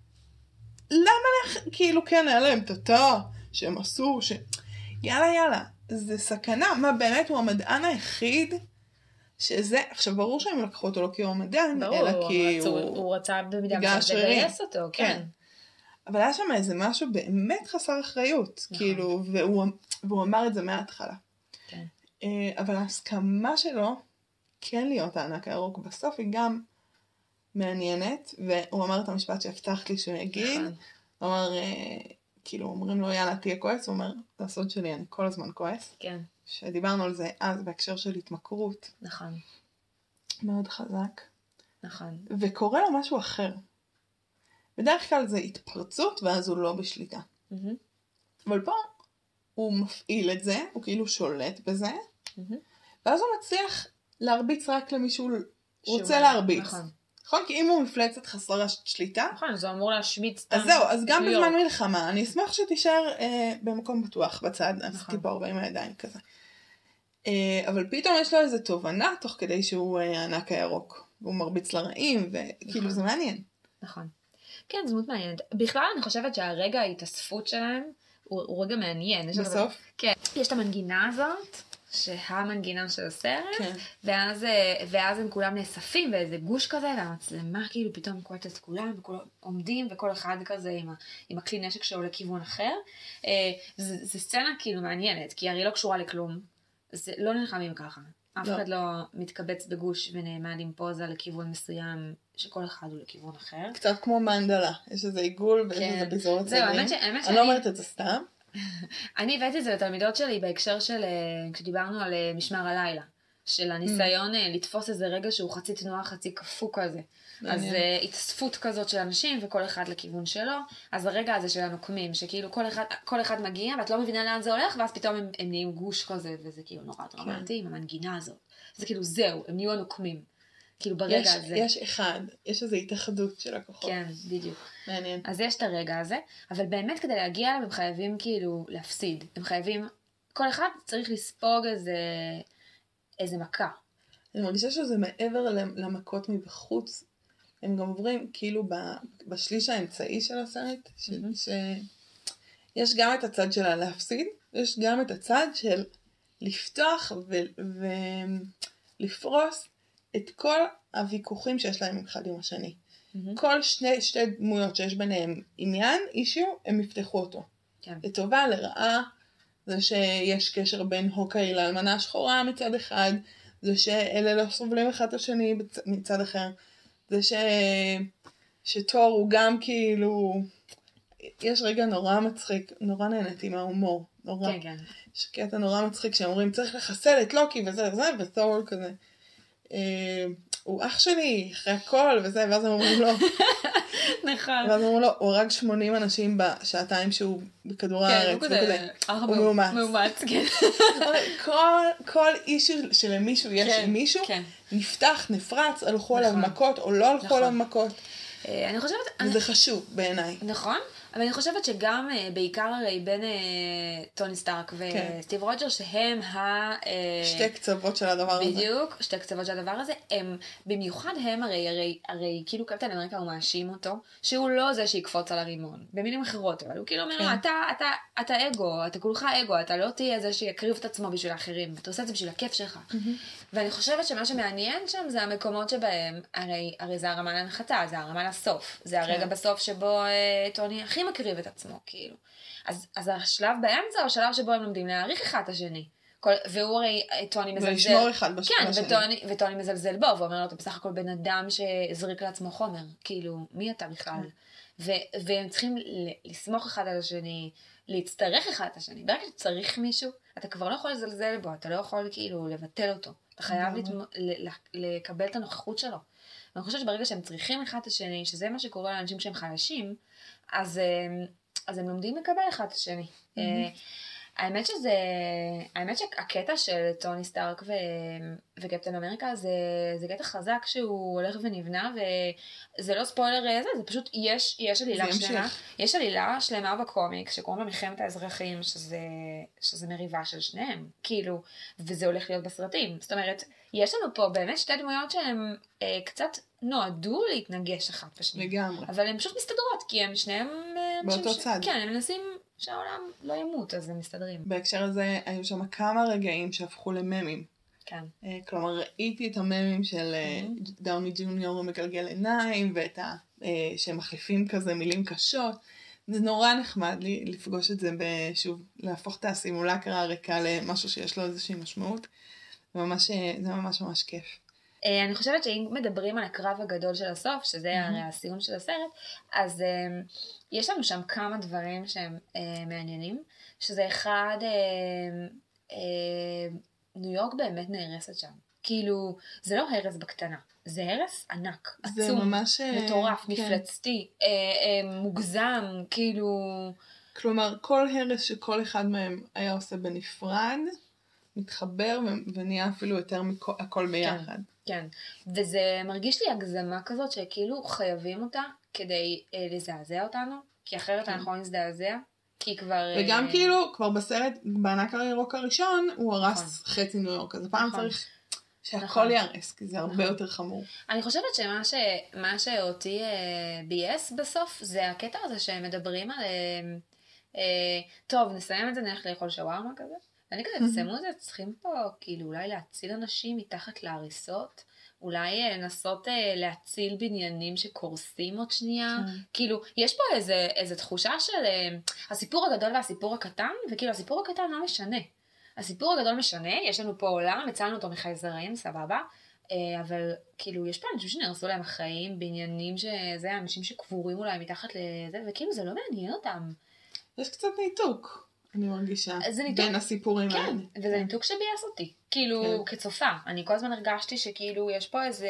למה לך, כאילו, כן, היה להם תתה, שהם עשו, ש... יאללה, יאללה, זה סכנה. מה, באמת הוא המדען היחיד שזה, עכשיו, ברור שהם לקחו אותו לא כי הוא המדען, אלא כי הוא... הוא רצה במידה מסוימת לגייס אותו, כן. אבל היה שם איזה משהו באמת חסר אחריות, כאילו, והוא, והוא אמר את זה מההתחלה. כן. אבל ההסכמה שלו, כן להיות הענק הירוק, בסוף היא גם מעניינת, והוא אמר את המשפט שהבטחת לי שהוא יגיד, הוא אמר, כאילו, אומרים לו, יאללה, תהיה כועס, הוא אומר, זה הסוד שלי, אני כל הזמן כועס. כן. שדיברנו על זה אז בהקשר של התמכרות. נכון. מאוד חזק. נכון. וקורה לו משהו אחר. בדרך כלל זה התפרצות, ואז הוא לא בשליטה. Mm-hmm. אבל פה הוא מפעיל את זה, הוא כאילו שולט בזה, mm-hmm. ואז הוא מצליח להרביץ רק למישהו רוצה להרביץ. נכון. נכון? כי אם הוא מפלצת חסר שליטה... נכון, זה אמור להשמיץ... אז זהו, אז גם בזמן מלחמה, אני אשמח שתישאר אה, במקום בטוח בצד, נכון. עשיתי פה הרבה עם הידיים כזה. אה, אבל פתאום יש לו איזו תובנה, תוך כדי שהוא אה, הענק הירוק, והוא מרביץ לרעים, וכאילו נכון. זה מעניין. נכון. כן, זו דמות מעניינת. בכלל אני חושבת שהרגע ההתאספות שלהם הוא, הוא רגע מעניין. בסוף? דבר... כן. יש את המנגינה הזאת, שהמנגינה של הסרט, כן. ואז, ואז הם כולם נאספים באיזה גוש כזה, והמצלמה כאילו פתאום קוראת את כולם, וכולם עומדים, וכל אחד כזה עם, ה, עם הכלי נשק שלו לכיוון אחר. זה, זה סצנה כאילו מעניינת, כי הרי לא קשורה לכלום. זה לא נלחמים ככה. אף אחד לא מתקבץ בגוש ונעמד עם פוזה לכיוון מסוים, שכל אחד הוא לכיוון אחר. קצת כמו מנדלה, יש איזה עיגול ויש איזה ביזור הצדדים. אני לא אומרת את זה סתם. אני הבאתי את זה לתלמידות שלי בהקשר של, כשדיברנו על משמר הלילה, של הניסיון לתפוס איזה רגע שהוא חצי תנועה, חצי קפוא כזה. אז התאספות כזאת של אנשים וכל אחד לכיוון שלו, אז הרגע הזה של הנוקמים, שכאילו כל אחד, כל אחד מגיע ואת לא מבינה לאן זה הולך, ואז פתאום הם, הם נהיים גוש כזה, וזה כאילו נורא דרמטי עם המנגינה הזאת. זה כאילו זהו, הם נהיו הנוקמים. כאילו ברגע יש, הזה. יש אחד, יש איזו התאחדות של הכוחות. כן, בדיוק. מעניין. אז יש את הרגע הזה, אבל באמת כדי להגיע אליו הם חייבים כאילו להפסיד. הם חייבים, כל אחד צריך לספוג איזה, איזה מכה. אני מרגישה שזה מעבר למכות מבחוץ. הם גם עוברים כאילו בשליש האמצעי של הסרט, ש... יש גם את הצד של להפסיד, יש גם את הצד של לפתוח ו... ולפרוס את כל הוויכוחים שיש להם אחד עם השני. Mm-hmm. כל שני, שתי דמויות שיש ביניהם עניין, אישיו, הם יפתחו אותו. כן. לטובה, לרעה, זה שיש קשר בין הוקאי לאלמנה השחורה מצד אחד, זה שאלה לא סובלים אחד את השני מצד אחר, זה ש... שתור הוא גם כאילו, יש רגע נורא מצחיק, נורא נהנתי מההומור, נורא, כן, כן. יש קטע נורא מצחיק שאומרים צריך לחסל את לוקי וזה וזה, ותור כזה, הוא אח שלי, אחרי הכל, וזה, ואז הם אומרים לו, נכון. ואז הם אומרים לו, הוא הרג שמונים אנשים בשעתיים שהוא בכדור הארץ, הוא מאומץ. מאומץ, כן. כל אישו שלמישהו יש עם מישהו, נפתח, נפרץ, הלכו עליו מכות, או לא הלכו עליו מכות. אני חושבת... וזה חשוב בעיניי. נכון. אבל אני חושבת שגם בעיקר הרי בין טוני סטארק וסטיב רוג'ר, שהם ה... שתי קצוות של הדבר הזה. בדיוק, שתי קצוות של הדבר הזה, הם, במיוחד הם הרי, הרי, הרי כאילו קפטן אמריקה הוא מאשים אותו, שהוא לא זה שיקפוץ על הרימון, במילים אחרות, אבל הוא כאילו אומר, אתה, אתה, אתה אגו, אתה כולך אגו, אתה לא תהיה זה שיקריב את עצמו בשביל האחרים, אתה עושה את זה בשביל הכיף שלך. ואני חושבת שמה שמעניין שם זה המקומות שבהם, הרי, הרי זה הרמה להנחתה, זה הרמה לסוף, זה הרגע בסוף שבו טוני הכי מקריב את עצמו, כאילו. אז, אז השלב באמצע הוא השלב שבו הם לומדים להעריך אחד את השני. כל, והוא הרי, טוני מזלזל. ולשמור אחד בשביל כן, השני. וטוני, וטוני מזלזל בו, ואומר לו, אתה בסך הכל בן אדם שזריק לעצמו חומר. כאילו, מי אתה בכלל? ו, והם צריכים לסמוך אחד על השני, להצטרך אחד את השני. ברגע שצריך מישהו, אתה כבר לא יכול לזלזל בו, אתה לא יכול כאילו לבטל אותו. אתה חייב לתמ... לקבל את הנוכחות שלו. ואני חושבת שברגע שהם צריכים אחד את השני, שזה מה שקורה לאנשים שהם חלשים, אז, אז הם לומדים לקבל אחד את השני. Mm-hmm. האמת שזה, האמת שהקטע של טוני סטארק ו, וקפטן אמריקה זה, זה קטע חזק שהוא הולך ונבנה, וזה לא ספוילר זה, זה פשוט יש, יש עלילה שלמה, יש עלילה שלמה בקומיק שקוראים לה מלחמת האזרחים, שזה, שזה מריבה של שניהם, כאילו, וזה הולך להיות בסרטים. זאת אומרת, יש לנו פה באמת שתי דמויות שהן אה, קצת נועדו להתנגש אחת בשנייה. לגמרי. אבל הן פשוט מסתדרות, כי הם שניהם... באותו ש... צד. כן, הם מנסים שהעולם לא ימות, אז הם מסתדרים. בהקשר הזה, היו שם כמה רגעים שהפכו לממים. כן. אה, כלומר, ראיתי את הממים של mm-hmm. דאוני ג'וניור מגלגל עיניים, ואת ה... אה, שהם מחליפים כזה מילים קשות. זה נורא נחמד לי לפגוש את זה, שוב, להפוך את הסימולקרה הריקה למשהו שיש לו איזושהי משמעות. ממש, זה ממש ממש כיף. אני חושבת שאם מדברים על הקרב הגדול של הסוף, שזה הרי הסיום של הסרט, אז יש לנו שם כמה דברים שהם מעניינים, שזה אחד, ניו יורק באמת נהרסת שם. כאילו, זה לא הרס בקטנה, זה הרס ענק, עצום, ממש, מטורף, כן. מפלצתי, מוגזם, כאילו... כלומר, כל הרס שכל אחד מהם היה עושה בנפרד, מתחבר ונהיה אפילו יותר מהכל ביחד. כן, כן. וזה מרגיש לי הגזמה כזאת שכאילו חייבים אותה כדי אה, לזעזע אותנו, כי אחרת כן. אנחנו נזדעזע, כי כבר... וגם אה... כאילו, כבר בסרט, בענק הירוק הראשון, הוא הרס נכון. חצי ניו יורק, אז הפעם נכון. צריך שהכל נכון. ירס, כי זה הרבה נכון. יותר חמור. אני חושבת שמה ש... מה שאותי אה, בי-אס בסוף, זה הקטע הזה שהם מדברים על... אה, אה, טוב, נסיים את זה, נלך לאכול שווארמה כזה. ואני כזה, תסיימו את זה, צריכים פה כאילו אולי להציל אנשים מתחת להריסות, אולי לנסות להציל בניינים שקורסים עוד שנייה, כאילו יש פה איזה, איזה תחושה של הסיפור הגדול והסיפור הקטן, וכאילו הסיפור הקטן לא משנה. הסיפור הגדול משנה, יש לנו פה עולם, הצלנו אותו מחייזרים, סבבה, אבל כאילו יש פה אנשים שנרסו להם החיים, בניינים שזה, אנשים שקבורים אולי מתחת לזה, וכאילו זה לא מעניין אותם. יש קצת ניתוק. אני מרגישה, בין הסיפורים האלה. כן, וזה ניתוק שביאס אותי. כאילו, כצופה. אני כל הזמן הרגשתי שכאילו יש פה איזה...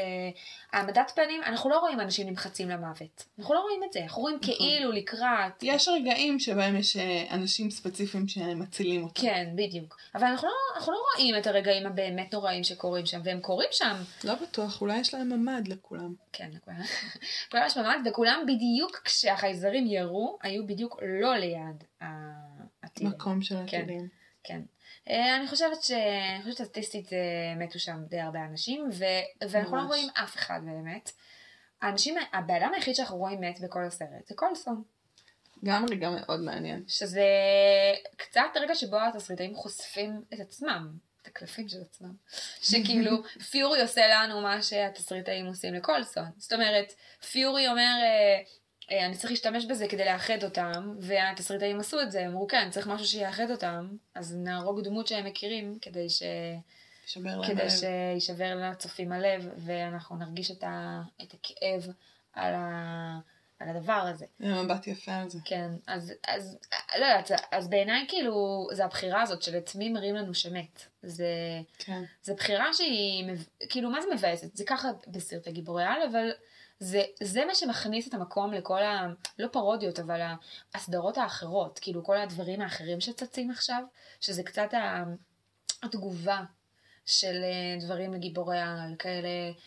העמדת פנים, אנחנו לא רואים אנשים נמחצים למוות. אנחנו לא רואים את זה. אנחנו רואים כאילו לקראת... יש רגעים שבהם יש אנשים ספציפיים שמצילים אותם. כן, בדיוק. אבל אנחנו לא, אנחנו לא רואים את הרגעים הבאמת נוראים שקורים שם, והם קורים שם. לא בטוח, אולי יש להם ממד לכולם. כן, לכולם. כולם יש ממד, וכולם בדיוק כשהחייזרים ירו, היו בדיוק לא ליד העתידים. מקום של העתידים. כן. אני חושבת ש... אני חושבת שסטטיסטית מתו שם די הרבה אנשים, ו... ואנחנו לא רואים אף אחד באמת. האנשים, הבאדם היחיד שאנחנו רואים מת בכל הסרט, זה קולסון. גם רגע מאוד מעניין. שזה קצת רגע שבו התסריטאים חושפים את עצמם, את הקלפים של עצמם. שכאילו, פיורי עושה לנו מה שהתסריטאים עושים לקולסון. זאת אומרת, פיורי אומר... אני צריך להשתמש בזה כדי לאחד אותם, והתסריטאים עשו את זה, אמרו כן, צריך משהו שיאחד אותם, אז נהרוג דמות שהם מכירים, כדי ש... כדי שישבר לצופים הלב, ואנחנו נרגיש את, ה... את הכאב על, ה... על הדבר הזה. זה מבט יפה על זה. כן, אז, אז, לא יודעת, אז בעיניי כאילו, זה הבחירה הזאת של את מי מרים לנו שמת. זה, כן. זה בחירה שהיא, כאילו, מה זה מבאסת? זה ככה בסרטי גיבורי על, אבל זה, זה מה שמכניס את המקום לכל ה... לא פרודיות, אבל הסדרות האחרות, כאילו, כל הדברים האחרים שצצים עכשיו, שזה קצת ה, התגובה של דברים לגיבורי על, כאלה,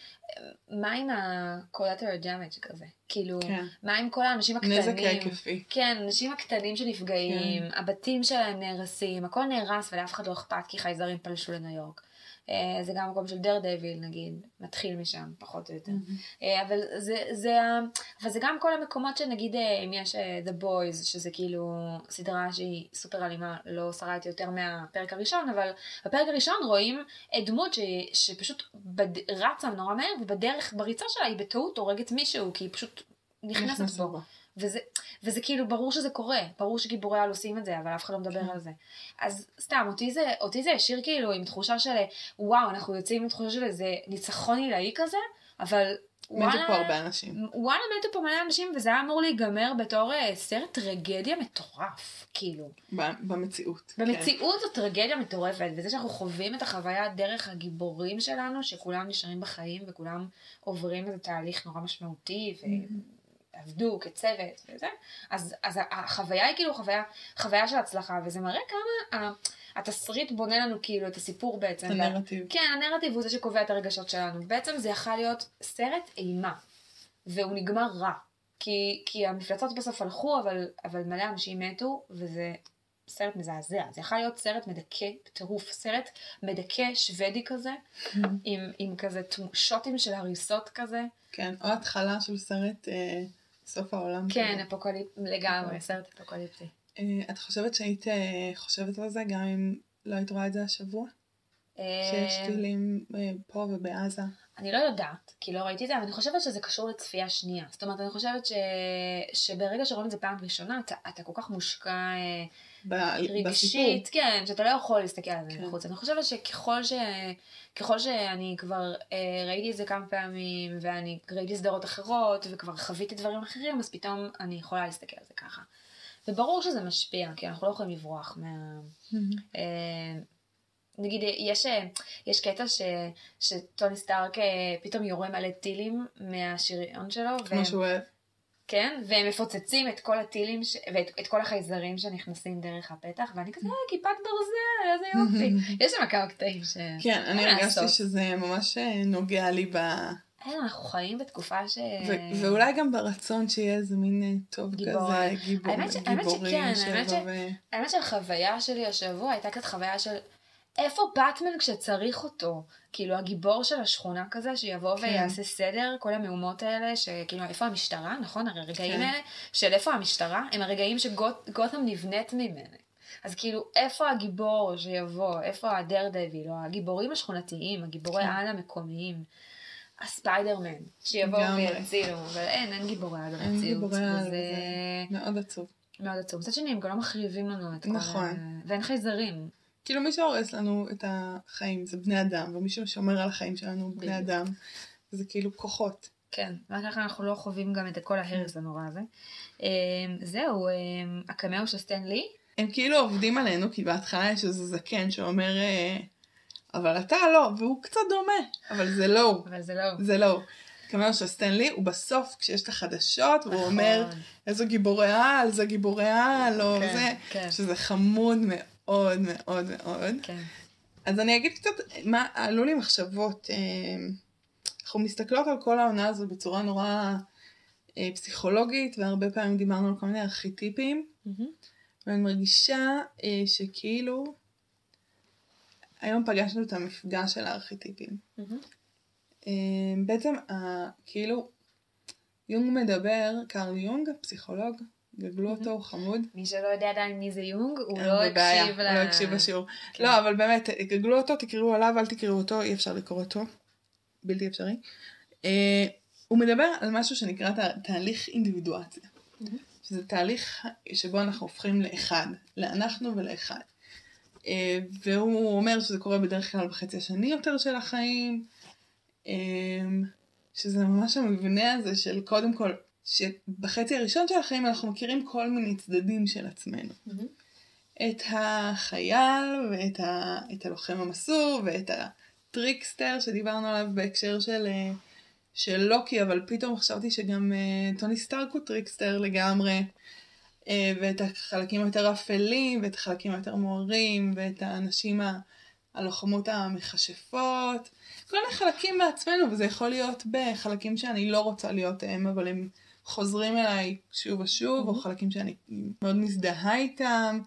מה עם ה-collateral damage כזה? כאילו, כן. מה עם כל האנשים הקטנים? נזק היקפי. כן, אנשים הקטנים שנפגעים, כן. הבתים שלהם נהרסים, הכל נהרס ולאף אחד לא אכפת כי חייזרים פלשו לניו יורק. זה גם מקום של דר דביל, נגיד, מתחיל משם, פחות או יותר. Mm-hmm. אבל זה, זה, אבל זה גם כל המקומות שנגיד, אם יש The Boys, שזה כאילו סדרה שהיא סופר אלימה, לא שרדתי יותר מהפרק הראשון, אבל בפרק הראשון רואים דמות ש, שפשוט בד, רצה נורא מהר, ובדרך בריצה שלה היא בטעות הורגת מישהו, כי היא פשוט נכנסת בו. וזה, וזה כאילו ברור שזה קורה, ברור שגיבורי על עושים את זה, אבל אף אחד לא מדבר כן. על זה. אז סתם, אותי זה, אותי זה השאיר כאילו עם תחושה של, וואו, אנחנו יוצאים עם תחושה של איזה ניצחון עילאי כזה, אבל מתו וואלה, פה הרבה אנשים. וואלה, מתו פה מלא אנשים, וזה היה אמור להיגמר בתור סרט טרגדיה מטורף, כאילו. במציאות. במציאות כן. זו טרגדיה מטורפת, וזה שאנחנו חווים את החוויה דרך הגיבורים שלנו, שכולם נשארים בחיים, וכולם עוברים איזה תהליך נורא משמעותי, ו... עבדו כצוות וזה, אז, אז החוויה היא כאילו חוויה, חוויה של הצלחה, וזה מראה כמה התסריט בונה לנו כאילו את הסיפור בעצם. הנרטיב. ו... כן, הנרטיב הוא זה שקובע את הרגשות שלנו. בעצם זה יכול להיות סרט אימה, והוא נגמר רע, כי, כי המפלצות בסוף הלכו, אבל, אבל מלא אנשים מתו, וזה סרט מזעזע. זה יכול להיות סרט מדכא, בטירוף, סרט מדכא שוודי כזה, עם, עם כזה שוטים של הריסות כזה. כן, או התחלה של סרט... אה... סוף העולם. כן, אפוקליפ... לגמרי, סרט אפוקליפטי. את חושבת שהיית חושבת על זה גם אם לא היית רואה את זה השבוע? שיש טילים פה ובעזה? אני לא יודעת, כי לא ראיתי את זה, אבל אני חושבת שזה קשור לצפייה שנייה. זאת אומרת, אני חושבת ש... שברגע שרואים את זה פעם ראשונה, אתה, אתה כל כך מושקע ב... רגשית, בסיפור. כן, שאתה לא יכול להסתכל על זה מחוץ. אני חושבת שככל ש... ככל שאני כבר אה, ראיתי את זה כמה פעמים, ואני ראיתי סדרות אחרות, וכבר חוויתי דברים אחרים, אז פתאום אני יכולה להסתכל על זה ככה. וברור שזה משפיע, כי אנחנו לא יכולים לברוח מה... אה, נגיד, יש, יש קטע ש, שטוני סטארק פתאום יורה מלא טילים מהשריון שלו. כמו שהוא אוהב. כן, והם מפוצצים את כל הטילים, ש... ואת את כל החייזרים שנכנסים דרך הפתח, ואני כזה, אה, כיפת ברזל, איזה יופי. יש שם כמה קטעים ש... כן, אני הרגשתי שזה ממש נוגע לי ב... אין, אנחנו חיים בתקופה ש... ו- ואולי גם ברצון שיהיה איזה מין טוב גיבור. כזה, גיבור, האמת ש... גיבורים. האמת שכן, האמת, ש... ו... האמת שהחוויה שלי השבוע הייתה קצת חוויה של... איפה באטמן כשצריך אותו? כאילו הגיבור של השכונה כזה שיבוא כן. ויעשה סדר, כל המהומות האלה, שכאילו איפה המשטרה, נכון? הרי הרגעים כן. האלה של איפה המשטרה, הם הרגעים שגותם נבנית ממנה. אז כאילו איפה הגיבור שיבוא, איפה הדר דביל, או הגיבורים השכונתיים, הגיבורי כן. העל המקומיים, הספיידרמן, שיבוא ויצילו, אבל אין, אין גיבורי העל המציאות. אין גיבורי העל, זה מאוד עצוב. מאוד עצוב. מצד שני, הם גם לא מחריבים לנו את נכון. כל ה... ואין חייזרים. כאילו מי שהורס לנו את החיים זה בני אדם, ומי ששומר על החיים שלנו בני בדיוק. אדם, זה כאילו כוחות. כן, וככה אנחנו לא חווים גם את כל ההרס הנורא הזה. זהו, הקמאו של סטן לי. הם כאילו עובדים עלינו, כי בהתחלה יש איזה זקן שאומר, אבל אתה לא, והוא קצת דומה, אבל זה לא. אבל זה לא. זה לא. הקמאו של סטן לי, הוא בסוף כשיש את החדשות, והוא אומר, איזה גיבורי על, זה גיבורי על, או זה, שזה חמוד מאוד. מאוד מאוד מאוד. כן. אז אני אגיד קצת מה עלו לי מחשבות. אנחנו מסתכלות על כל העונה הזו בצורה נורא פסיכולוגית, והרבה פעמים דיברנו על כל מיני ארכיטיפים, mm-hmm. ואני מרגישה שכאילו היום פגשנו את המפגש של הארכיטיפים. Mm-hmm. בעצם כאילו יונג מדבר, קרל יונג, פסיכולוג, גגלו אותו, הוא חמוד. מי שלא יודע עדיין מי זה יונג, הוא לא הקשיב ל... הוא לא הקשיב בשיעור. לא, אבל באמת, גגלו אותו, תקראו עליו, אל תקראו אותו, אי אפשר לקרוא אותו. בלתי אפשרי. הוא מדבר על משהו שנקרא תהליך אינדיבידואציה. שזה תהליך שבו אנחנו הופכים לאחד, לאנחנו ולאחד. והוא אומר שזה קורה בדרך כלל בחצי השני יותר של החיים, שזה ממש המבנה הזה של קודם כל, שבחצי הראשון של החיים אנחנו מכירים כל מיני צדדים של עצמנו. Mm-hmm. את החייל, ואת ה, את הלוחם המסור, ואת הטריקסטר שדיברנו עליו בהקשר של, של לוקי, אבל פתאום חשבתי שגם uh, טוני סטארק הוא טריקסטר לגמרי, uh, ואת החלקים היותר אפלים, ואת החלקים היותר מוארים, ואת האנשים ה... הלוחמות המכשפות, כל מיני חלקים בעצמנו, וזה יכול להיות בחלקים שאני לא רוצה להיות הם, אבל הם חוזרים אליי שוב ושוב, mm-hmm. או חלקים שאני מאוד מזדהה איתם,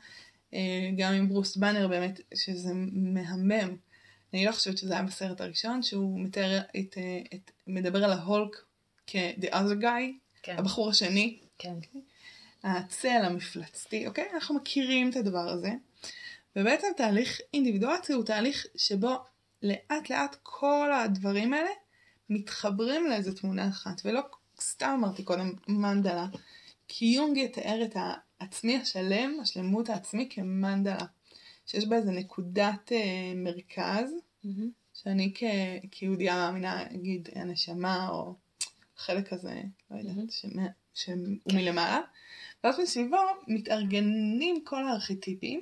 גם עם ברוס בנר באמת, שזה מהמם. אני לא חושבת שזה היה בסרט הראשון, שהוא מתאר את, את, מדבר על ההולק כ-the other guy, כן. הבחור השני, כן. הצל המפלצתי, אוקיי? אנחנו מכירים את הדבר הזה. ובעצם תהליך אינדיבידואציה הוא תהליך שבו לאט לאט כל הדברים האלה מתחברים לאיזו תמונה אחת. ולא סתם אמרתי קודם מנדלה, כי יונג יתאר את העצמי השלם, השלמות העצמי כמנדלה. שיש בה איזו נקודת אה, מרכז, mm-hmm. שאני כ- כיהודיה מאמינה, אגיד, הנשמה או חלק כזה, לא יודעת, mm-hmm. שמה, שהוא כן. מלמעלה. ואז מסביבו מתארגנים כל הארכיטיפים,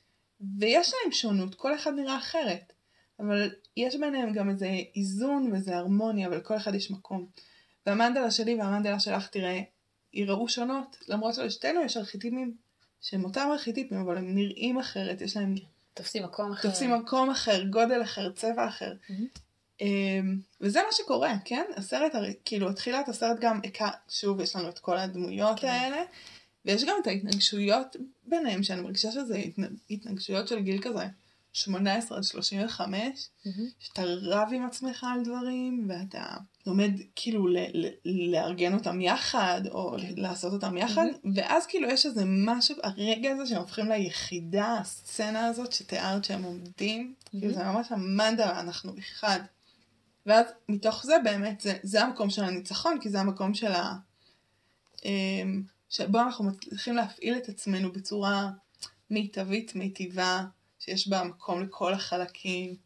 ויש להם שונות, כל אחד נראה אחרת, אבל יש ביניהם גם איזה איזון ואיזה הרמוניה, אבל כל אחד יש מקום. והמנדלה שלי והמנדלה שלך תראה, יראו שונות, למרות שלשתינו יש ארכיטיפים שהם אותם ארכיטיפים, אבל הם נראים אחרת, יש להם... תופסים מקום אחר. תופסים מקום אחר, גודל אחר, צבע אחר. Mm-hmm. וזה מה שקורה, כן? הסרט, כאילו, התחילת הסרט גם, שוב, יש לנו את כל הדמויות כן. האלה, ויש גם את ההתנגשויות ביניהם, שאני מרגישה שזה התנגשויות של גיל כזה, שמונה עשרה עד שלושים וחמש, mm-hmm. שאתה רב עם עצמך על דברים, ואתה לומד כאילו ל- ל- לארגן אותם יחד, או okay. לעשות אותם יחד, mm-hmm. ואז כאילו יש איזה משהו, הרגע הזה שהם הופכים ליחידה, הסצנה הזאת שתיארת שהם עומדים, mm-hmm. כאילו זה ממש המנדלה, אנחנו אחד. ואז מתוך זה באמת, זה, זה המקום של הניצחון, כי זה המקום של ה... שבו אנחנו מצליחים להפעיל את עצמנו בצורה מיטבית, מיטיבה, שיש בה מקום לכל החלקים.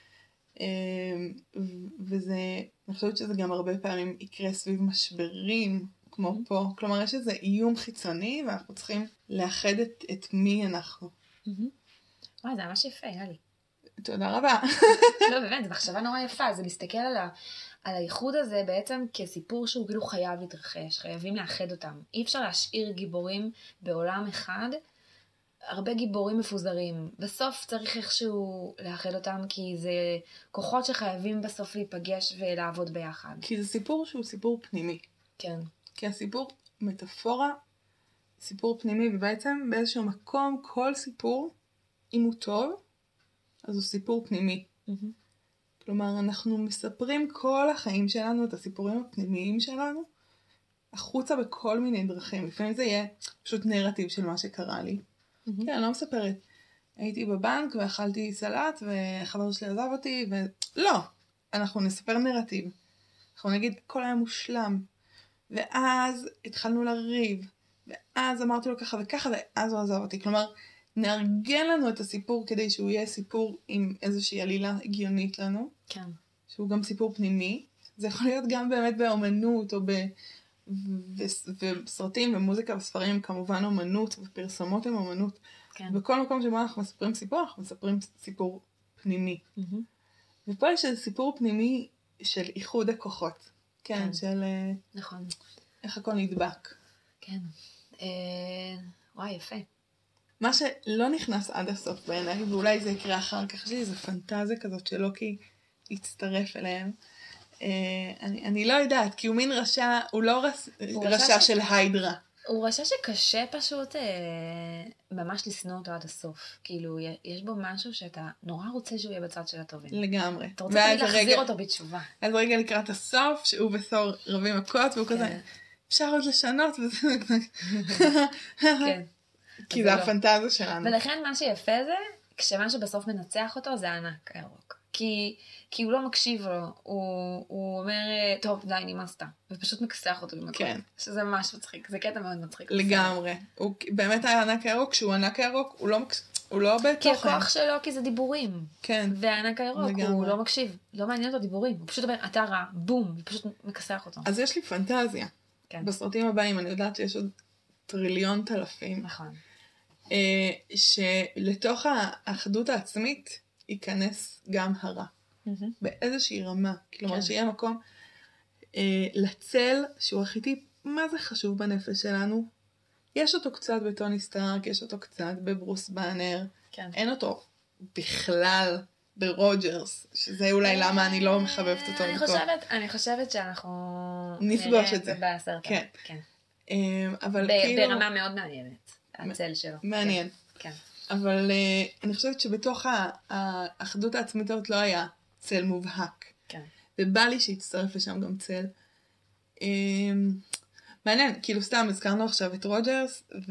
וזה, אני חושבת שזה גם הרבה פעמים יקרה סביב משברים, כמו mm-hmm. פה. כלומר, יש איזה איום חיצוני, ואנחנו צריכים לאחד את, את מי אנחנו. Mm-hmm. וואי, זה ממש יפה, יאלי. תודה רבה. לא, באמת, זו מחשבה נורא יפה. זה מסתכל על ה... על הייחוד הזה בעצם כסיפור שהוא כאילו חייב להתרחש, חייבים לאחד אותם. אי אפשר להשאיר גיבורים בעולם אחד, הרבה גיבורים מפוזרים. בסוף צריך איכשהו לאחד אותם, כי זה כוחות שחייבים בסוף להיפגש ולעבוד ביחד. כי זה סיפור שהוא סיפור פנימי. כן. כי הסיפור מטאפורה, סיפור פנימי, ובעצם באיזשהו מקום כל סיפור, אם הוא טוב, אז הוא סיפור פנימי. Mm-hmm. כלומר, אנחנו מספרים כל החיים שלנו, את הסיפורים הפנימיים שלנו, החוצה בכל מיני דרכים. לפעמים זה יהיה פשוט נרטיב של מה שקרה לי. Mm-hmm. כן, אני לא מספרת. הייתי בבנק ואכלתי סלט, וחבר שלי עזב אותי, ולא, אנחנו נספר נרטיב. אנחנו נגיד, כל היה מושלם. ואז התחלנו לריב, ואז אמרתי לו ככה וככה, ואז הוא עזב אותי. כלומר, נארגן לנו את הסיפור כדי שהוא יהיה סיפור עם איזושהי עלילה הגיונית לנו. כן. שהוא גם סיפור פנימי. זה יכול להיות גם באמת באומנות, או ב... ובסרטים ומוזיקה וספרים, כמובן אומנות, ופרסומות עם אומנות. כן. בכל מקום שבו אנחנו מספרים סיפור, אנחנו מספרים סיפור פנימי. Mm-hmm. ופה יש איזה סיפור פנימי של איחוד הכוחות. כן, כן. של... נכון. איך הכל נדבק. כן. אה... וואי, יפה. מה שלא נכנס עד הסוף בעיניי, ואולי זה יקרה אחר כך, שלי, זה פנטזיה כזאת שלוקי יצטרף אליהם. אה, אני, אני לא יודעת, כי הוא מין רשע, הוא לא רש, הוא רשע, רשע ש... של היידרה. הוא רשע שקשה פשוט אה, ממש לשנוא אותו עד הסוף. כאילו, יש בו משהו שאתה נורא רוצה שהוא יהיה בצד של הטובים. לגמרי. אתה רוצה להחזיר רגע, אותו בתשובה. אז רגע לקראת הסוף, שהוא ותור רבים מכות, והוא כן. כזה, אפשר עוד לשנות, וזה... כן. כי זה הפנטזיה שלנו. ולכן מה שיפה זה, כשמשהו בסוף מנצח אותו, זה הענק הירוק. כי, כי הוא לא מקשיב לו, הוא, הוא אומר, טוב, די, נמאסת, ופשוט מכסח אותו במקום. כן. שזה ממש מצחיק, זה קטע מאוד מצחיק. לגמרי. הוא באמת הענק הירוק, כשהוא הענק הירוק, הוא לא, הוא לא בתוכן. כי הכוח שלו, כי זה דיבורים. כן. והענק הירוק, לגמרי. הוא לא מקשיב, לא מעניין אותו דיבורים. הוא פשוט אומר, אתה רע, בום, ופשוט מכסח אותו. אז יש לי פנטזיה. כן. בסרטים הבאים אני יודעת שיש עוד טריליון תלפים. נכון. שלתוך האחדות העצמית ייכנס גם הרע. באיזושהי רמה. כלומר שיהיה מקום לצל שהוא הכי טיפ, מה זה חשוב בנפש שלנו? יש אותו קצת בטוני סטארק, יש אותו קצת בברוס באנר. כן. אין אותו בכלל ברוג'רס, שזה אולי למה אני לא מחבבת אותו. אני חושבת, אני חושבת שאנחנו נפגוש את זה. בסרט. כן. כן. אבל כאילו... ברמה מאוד מעניינת, הצל שלו. מעניין. כן. אבל אני חושבת שבתוך האחדות העצמית הזאת לא היה צל מובהק. כן. ובא לי שיצטרף לשם גם צל. מעניין, כאילו סתם הזכרנו עכשיו את רוג'רס, ו...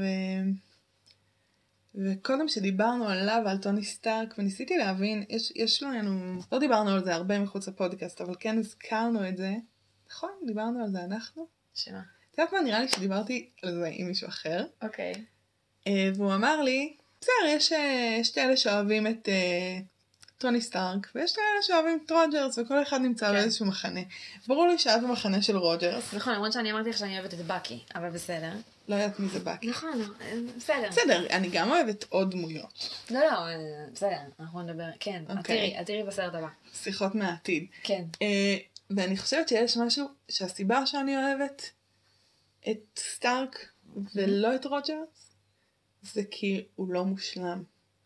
וקודם שדיברנו עליו ועל טוני סטארק, וניסיתי להבין, יש, יש לנו, לא דיברנו על זה הרבה מחוץ לפודקאסט, אבל כן הזכרנו את זה. נכון, דיברנו על זה אנחנו. שמה? את יודעת מה, נראה לי שדיברתי על זה עם מישהו אחר. אוקיי. והוא אמר לי, בסדר, יש, יש כאלה שאוהבים את uh, טוני סטארק, ויש כאלה שאוהבים את רוג'רס, וכל אחד נמצא כן. באיזשהו מחנה. ברור לי שאת במחנה של רוג'רס. נכון, למרות שאני אמרתי לך שאני אוהבת את בקי, אבל בסדר. לא יודעת מי זה בקי. נכון, בסדר. בסדר, אני גם אוהבת עוד דמויות. לא, לא, בסדר, אנחנו נדבר, כן. Okay. תראי, תראי בסרט הבא. שיחות מהעתיד. כן. Uh, ואני חושבת שיש משהו שהסיבה שאני אוהבת את סטארק ולא את רוג'רס, זה כי הוא לא מושלם.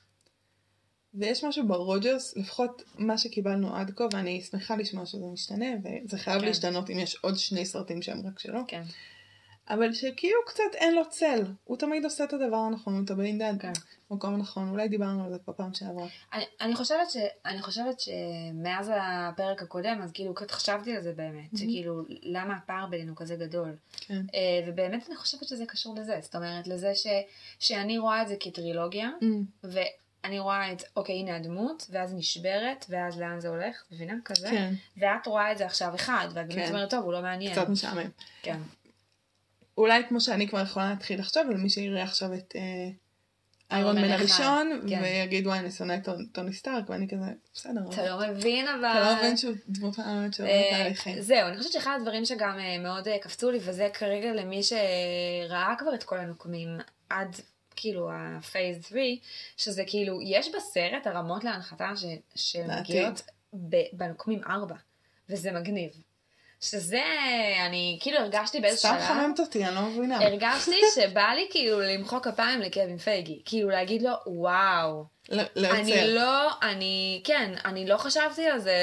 ויש משהו ברוג'רס, לפחות מה שקיבלנו עד כה, ואני שמחה לשמוע שזה משתנה, וזה חייב כן. להשתנות אם יש עוד שני סרטים שהם רק שלו. כן. אבל שכאילו קצת אין לו צל. הוא תמיד עושה את הדבר הנכון, הוא תמיד דד. כן. מקום נכון. אולי דיברנו על זה בפעם שעברה. אני, אני חושבת ש, אני חושבת שמאז הפרק הקודם, אז כאילו קצת חשבתי על זה באמת, mm-hmm. שכאילו למה הפער בינינו כזה גדול. כן. Uh, ובאמת אני חושבת שזה קשור לזה. זאת אומרת, לזה ש, שאני רואה את זה כטרילוגיה, mm. ואני רואה את, אוקיי, הנה הדמות, ואז נשברת, ואז לאן זה הולך, מבינה? כזה. כן. ואת רואה את זה עכשיו אחד, ואת באמת כן. אומרת, טוב, הוא לא מעניין. קצת משעמם. כן. אולי כמו שאני כבר יכולה להתחיל לחשוב, על מי שיראה עכשיו את איירון מן הראשון, ויגיד וואי אני שונא את טוני סטארק, ואני כזה, בסדר. אתה לא מבין אבל... אתה לא מבין שהוא דמות העמת שעוברת תהליכים. זהו, אני חושבת שאחד הדברים שגם מאוד קפצו לי, וזה כרגע למי שראה כבר את כל הנוקמים, עד כאילו הפייז שלוש, שזה כאילו, יש בסרט הרמות להנחתה שמגיעות בנוקמים ארבע, וזה מגניב. שזה, אני כאילו הרגשתי באיזה שלב. סתם חממת אותי, אני לא מבינה. הרגשתי שבא לי כאילו למחוא כפיים לקווין פייגי. כאילו להגיד לו, וואו. אני לא, אני, כן, אני לא חשבתי על זה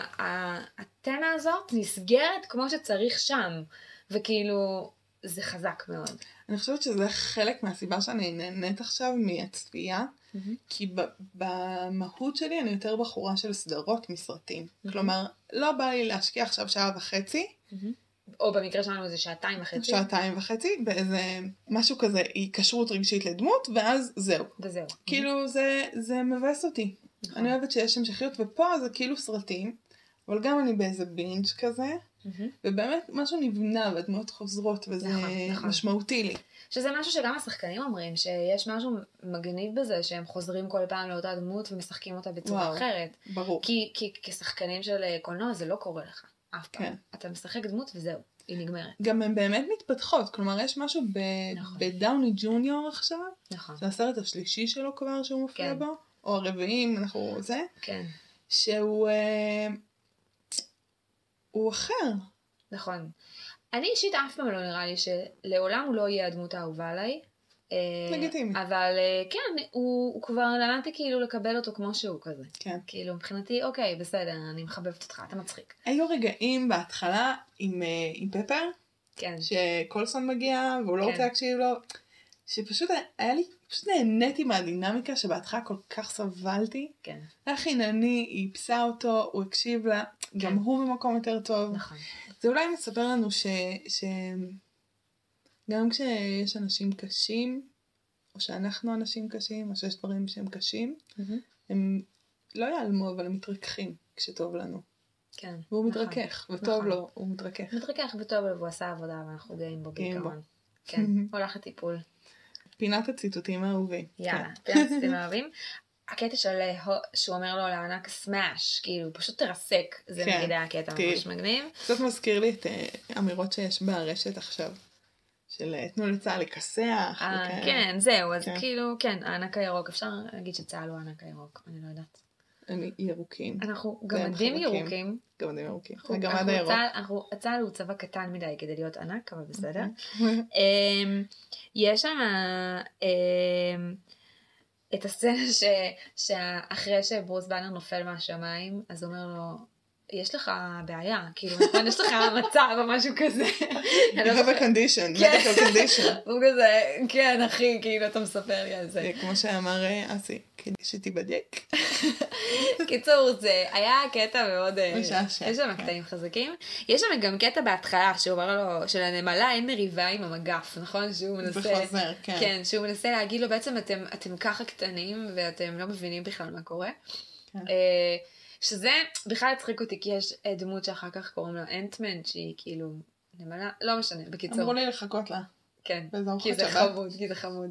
שהתמה הזאת נסגרת כמו שצריך שם. וכאילו, זה חזק מאוד. אני חושבת שזה חלק מהסיבה שאני נהנית עכשיו מהצפייה. Mm-hmm. כי במהות שלי אני יותר בחורה של סדרות מסרטים. Mm-hmm. כלומר, לא בא לי להשקיע עכשיו שעה וחצי. Mm-hmm. או במקרה שלנו זה שעתיים וחצי. שעתיים וחצי, באיזה משהו כזה, היא קשרות רגשית לדמות, ואז זהו. וזהו. כאילו mm-hmm. זה, זה מבאס אותי. Mm-hmm. אני אוהבת שיש המשכיות, ופה זה כאילו סרטים, אבל גם אני באיזה בינג' כזה, mm-hmm. ובאמת משהו נבנה, והדמות חוזרות, וזה נכון, נכון. משמעותי לי. שזה משהו שגם השחקנים אומרים, שיש משהו מגניב בזה, שהם חוזרים כל פעם לאותה דמות ומשחקים אותה בצורה וואו, אחרת. ברור. כי, כי כשחקנים של קולנוע זה לא קורה לך, אף פעם. כן. אתה משחק דמות וזהו, היא נגמרת. גם הן באמת מתפתחות, כלומר יש משהו ב... נכון. בדאוני ג'וניור עכשיו, נכון. זה הסרט השלישי שלו כבר שהוא מופיע כן. בו, או הרביעים, אנחנו זה, כן. שהוא אה, הוא אחר. נכון. אני אישית אף פעם לא נראה לי שלעולם הוא לא יהיה הדמות האהובה עליי. לגיטימי. אבל כן, הוא, הוא כבר למדתי כאילו לקבל אותו כמו שהוא כזה. כן. כאילו מבחינתי, אוקיי, בסדר, אני מחבבת אותך, אתה מצחיק. היו רגעים בהתחלה עם, עם פפר, כן. שקולסון מגיע והוא לא כן. רוצה להקשיב לו, שפשוט היה לי, פשוט נהניתי מהדינמיקה שבהתחלה כל כך סבלתי. כן. היה חינני, היא איפסה אותו, הוא הקשיב לה, כן. גם הוא במקום יותר טוב. נכון. זה אולי מספר לנו ש... ש... גם כשיש אנשים קשים, או שאנחנו אנשים קשים, או שיש דברים שהם קשים, mm-hmm. הם לא יעלמו, אבל הם מתרככים כשטוב לנו. כן. והוא נכון. מתרכך, וטוב נכון. לו, הוא מתרכך. מתרכך וטוב לו, והוא עשה עבודה, ואנחנו גאים בו בעיקרון. כן, הולך לטיפול. פינת הציטוטים האהובים. יאללה, פינת הציטוטים האהובים. הקטע של שהוא אומר לו לענק סמאש, כאילו פשוט תרסק, זה כן, נגיד הקטע ממש מגניב. קצת מזכיר לי את אמירות שיש ברשת עכשיו, של תנו לצהל לכסח. וכאלה. כן, זהו, אז כן. כאילו, כן, הענק הירוק, אפשר להגיד שצהל הוא הענק הירוק, אני לא יודעת. אני ירוקים. אנחנו גמדים ירוקים. גמדים ירוקים. הגמד הירוק. אנחנו, הצהל הוא צבע קטן מדי כדי להיות ענק, אבל בסדר. יש שם את הסצנה שאחרי שברוס באנר נופל מהשמיים, אז הוא אומר לו, יש לך בעיה, כאילו, נכון, יש לך מצב או משהו כזה. You have a condition, medical condition. הוא כזה, כן, אחי, כאילו, אתה מספר לי על זה. כמו שאמר אסי, כדי שתיבדק. קיצור, זה היה קטע מאוד, יש שם קטעים חזקים. יש שם גם קטע בהתחלה, שהוא אומר לו, של הנמלה אין מריבה עם המגף, נכון? שהוא מנסה, בחוזר, כן. כן, שהוא מנסה להגיד לו, בעצם אתם ככה קטנים, ואתם לא מבינים בכלל מה קורה. כן. שזה בכלל הצחיק אותי, כי יש דמות שאחר כך קוראים לה אנטמן, שהיא כאילו נמלה, לא משנה, בקיצור. אמרו לי לחכות לה. כן, כי זה חמוד, כי זה חמוד.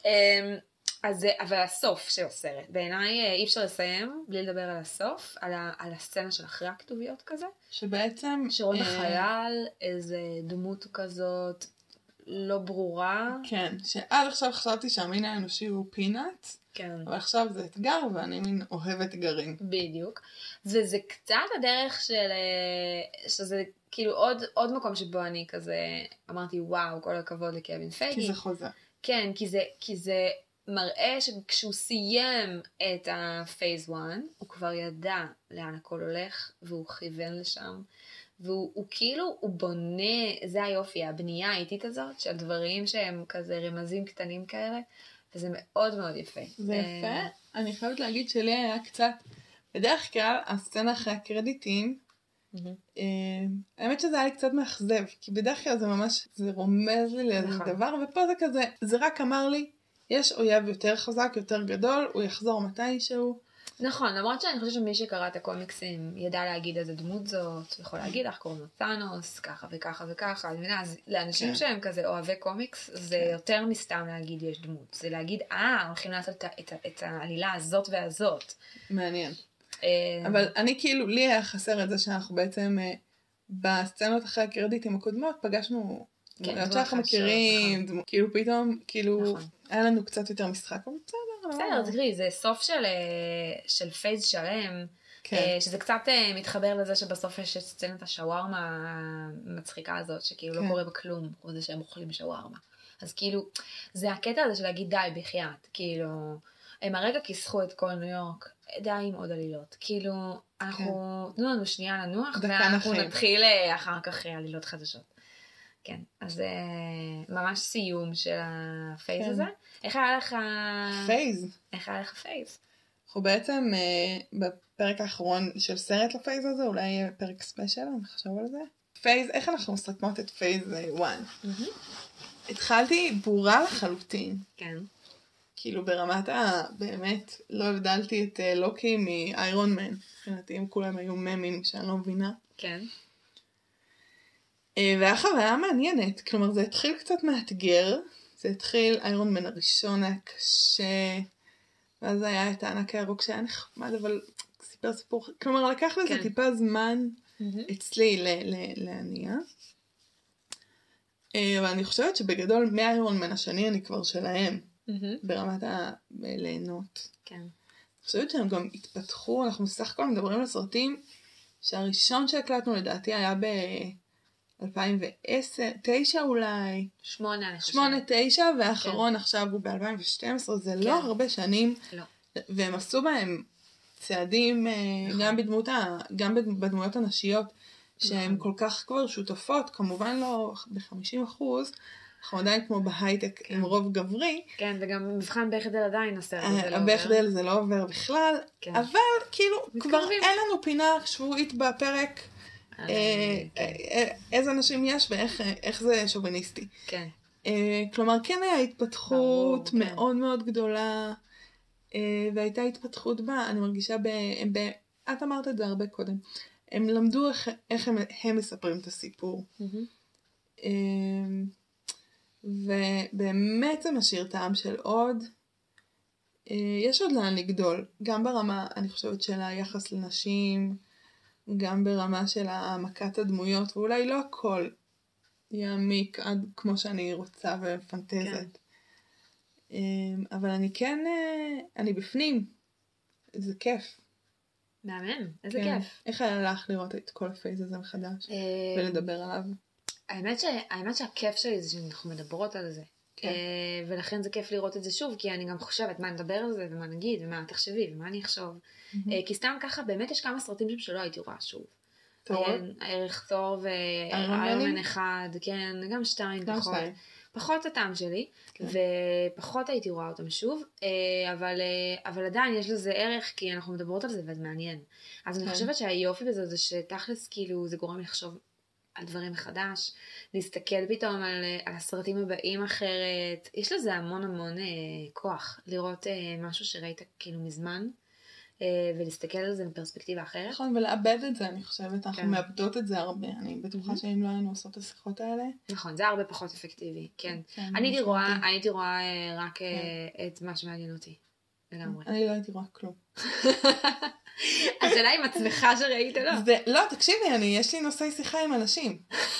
אז, אבל הסוף של הסרט, בעיניי אי אפשר לסיים בלי לדבר על הסוף, על, ה, על הסצנה של אחרי הכתוביות כזה. שבעצם... שרון החייל, איזה דמות כזאת לא ברורה. כן, שעד עכשיו חשבתי שהמין האנושי הוא פינאט. כן. אבל עכשיו זה אתגר, ואני מין אוהב אתגרים. בדיוק. וזה קצת הדרך של, שזה כאילו עוד, עוד מקום שבו אני כזה, אמרתי, וואו, כל הכבוד לקווין פייגי. כי זה חוזר. כן, כי זה, כי זה מראה שכשהוא סיים את הפייס וואן, הוא כבר ידע לאן הכל הולך, והוא כיוון לשם. והוא הוא כאילו, הוא בונה, זה היופי, הבנייה האיטית הזאת, של דברים שהם כזה רמזים קטנים כאלה, וזה מאוד מאוד יפה. זה יפה. אני חייבת להגיד שלי היה קצת, בדרך כלל, הסצנה אחרי הקרדיטים, האמת שזה היה לי קצת מאכזב, כי בדרך כלל זה ממש, זה רומז לי לאיזה דבר, ופה זה כזה, זה רק אמר לי, יש אויב יותר חזק, יותר גדול, הוא יחזור מתישהו. נכון, למרות שאני חושבת שמי שקרא את הקומיקסים ידע להגיד איזה דמות זאת, יכול להגיד איך קוראים לו טאנוס, ככה וככה וככה, אני מבינה, אז לאנשים שהם כזה אוהבי קומיקס, זה יותר מסתם להגיד יש דמות, זה להגיד, אה, הולכים לעשות את העלילה הזאת והזאת. מעניין. אבל אני כאילו, לי היה חסר את זה שאנחנו בעצם, בסצנות אחרי הקרדיטים הקודמות, פגשנו, דמות שאנחנו מכירים, כאילו פתאום, כאילו, היה לנו קצת יותר משחק, אבל בסדר. בסדר, תראי, זה סוף של, של פייז שלם, כן. שזה קצת מתחבר לזה שבסוף יש את סצנת השווארמה המצחיקה הזאת, שכאילו כן. לא קורה בכלום, או זה שהם אוכלים שווארמה. אז כאילו, זה הקטע הזה של להגיד די בחייאת, כאילו, הם הרגע כיסחו את כל ניו יורק, די עם עוד עלילות, כאילו, אנחנו, כן. תנו לנו שנייה לנוח, ואנחנו נחים. נתחיל אחר כך עלילות חדשות. כן, אז ממש סיום של הפייז כן. הזה. איך היה לך... פייז. איך היה לך פייז? אנחנו בעצם בפרק האחרון של סרט לפייז הזה, אולי יהיה פרק ספיישל, אני חושב על זה. פייז, איך אנחנו מסתכמות את פייז וואן? Mm-hmm. התחלתי בורה לחלוטין. כן. כאילו ברמת ה... באמת, לא הבדלתי את לוקי מאיירון מן. מבחינתי הם כולם היו ממים שאני לא מבינה. כן. והיה חוויה מעניינת, כלומר זה התחיל קצת מאתגר, זה התחיל איירון מן הראשון היה קשה, ואז היה את הענק הירוק שהיה נחמד, אבל סיפר סיפור, כלומר לקח לזה כן. טיפה זמן mm-hmm. אצלי ל- ל- להניע, אבל אני חושבת שבגדול מאיירון מן השני אני כבר שלהם, mm-hmm. ברמת הליהנות. כן. אני חושבת שהם גם התפתחו, אנחנו בסך הכל מדברים על סרטים, שהראשון שהקלטנו לדעתי היה ב... אלפיים ועשר, תשע אולי. שמונה, אני חושבת. שמונה, תשע, והאחרון כן. עכשיו הוא ב-אלפיים ושתים עשרה, זה כן. לא הרבה שנים. לא. והם עשו בהם צעדים, נכון. גם בדמות, גם בדמויות הנשיות, שהן נכון. כל כך כבר שותפות, כמובן לא ב-חמישים אחוז, אנחנו עדיין כמו בהייטק כן. עם רוב גברי. כן, וגם מבחן ביחדל עדיין הסרט הזה לא עובר. ביחדל זה לא עובר בכלל, כן. אבל כאילו מתקרבים. כבר אין לנו פינה שבועית בפרק, איזה אנשים יש ואיך זה שוביניסטי. כן. כלומר, כן היה התפתחות מאוד מאוד גדולה, והייתה התפתחות בה, אני מרגישה, את אמרת את זה הרבה קודם, הם למדו איך הם מספרים את הסיפור. ובאמת זה משאיר טעם של עוד, יש עוד לאן לגדול, גם ברמה, אני חושבת, של היחס לנשים, גם ברמה של העמקת הדמויות, ואולי לא הכל יעמיק עד כמו שאני רוצה ופנטזת. כן. אבל אני כן, אני בפנים, זה כיף. מאמן, איזה כן. כיף. איך היה לך לראות את כל הפייס הזה מחדש ולדבר עליו? האמת, ש... האמת שהכיף שלי זה שאנחנו מדברות על זה. כן. ולכן זה כיף לראות את זה שוב, כי אני גם חושבת מה נדבר על זה ומה נגיד ומה תחשבי ומה אני אחשוב. Mm-hmm. כי סתם ככה, באמת יש כמה סרטים שלא הייתי רואה שוב. תור? הערך תור ואיירמן אחד, כן, גם שתיים גם פחות. שתיים. פחות הטעם שלי, כן. ופחות הייתי רואה אותם שוב, אבל, אבל עדיין יש לזה ערך, כי אנחנו מדברות על זה וזה מעניין. אז כן. אני חושבת שהיופי בזה זה שתכלס כאילו זה גורם לחשוב על דברים מחדש, להסתכל פתאום על, על הסרטים הבאים אחרת, יש לזה המון המון אה, כוח, לראות אה, משהו שראית כאילו מזמן, אה, ולהסתכל על זה מפרספקטיבה אחרת. נכון, ולאבד את זה, אני חושבת, אנחנו כן. מאבדות את זה הרבה, אני בטוחה שאם לא היינו עושות את השיחות האלה. נכון, זה הרבה פחות אפקטיבי, כן. כן אני הייתי רואה, הייתי רואה אה, רק כן. אה, את מה שמעניין אותי, לגמרי. אני לא הייתי רואה כלום. השאלה עם עצמך שראית, לא? זה, לא, תקשיבי, אני, יש לי נושאי שיחה עם אנשים.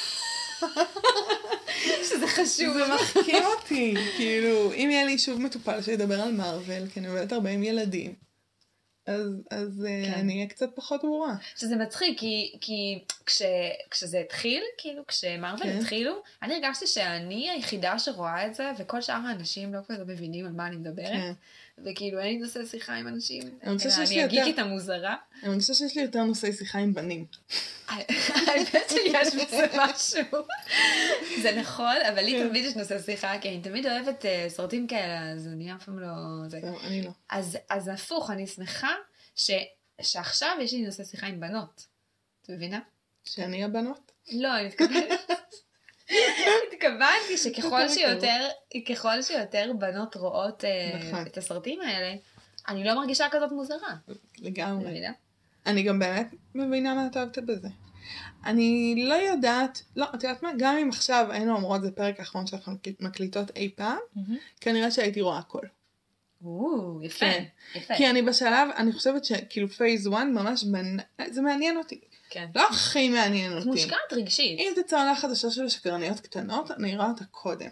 שזה חשוב. זה מחכים אותי. כאילו, אם יהיה לי שוב מטופל שידבר על מארוול, כי אני עובדת הרבה עם ילדים, אז, אז כן. אני אהיה קצת פחות ברורה. שזה מצחיק, כי, כי כש, כשזה התחיל, כאילו, כשמארוול כן. התחילו, אני הרגשתי שאני היחידה שרואה את זה, וכל שאר האנשים לא כזה מבינים על מה אני מדברת. כן. וכאילו אין לי נושא שיחה עם אנשים, אלא אני אגיקית המוזרה. אני חושבת שיש לי יותר נושאי שיחה עם בנים. האמת שיש בזה משהו. זה נכון, אבל לי תמיד יש נושא שיחה, כי אני תמיד אוהבת סרטים כאלה, אז אני אף פעם לא... אני לא. אז הפוך, אני שמחה שעכשיו יש לי נושא שיחה עם בנות. את מבינה? שאני הבנות? לא, אני מתכוונת. התכוונתי שככל שיותר, ככל שיותר בנות רואות נכון. את הסרטים האלה, אני לא מרגישה כזאת מוזרה. לגמרי. מבינה? אני גם באמת מבינה מה אתה אוהבת בזה. אני לא יודעת, לא, את יודעת מה? גם אם עכשיו היינו אומרות, זה פרק האחרון שאנחנו מקליטות אי פעם, mm-hmm. כנראה שהייתי רואה הכל. או, יפה, כן. יפה. כי אני בשלב, אני חושבת שכאילו פייז וואן ממש, בנ... זה מעניין אותי. כן. לא הכי מעניין אותי. מושקעת רגשית. אם תצא עונה חדשה של שקרניות קטנות, אני אראה אותה קודם.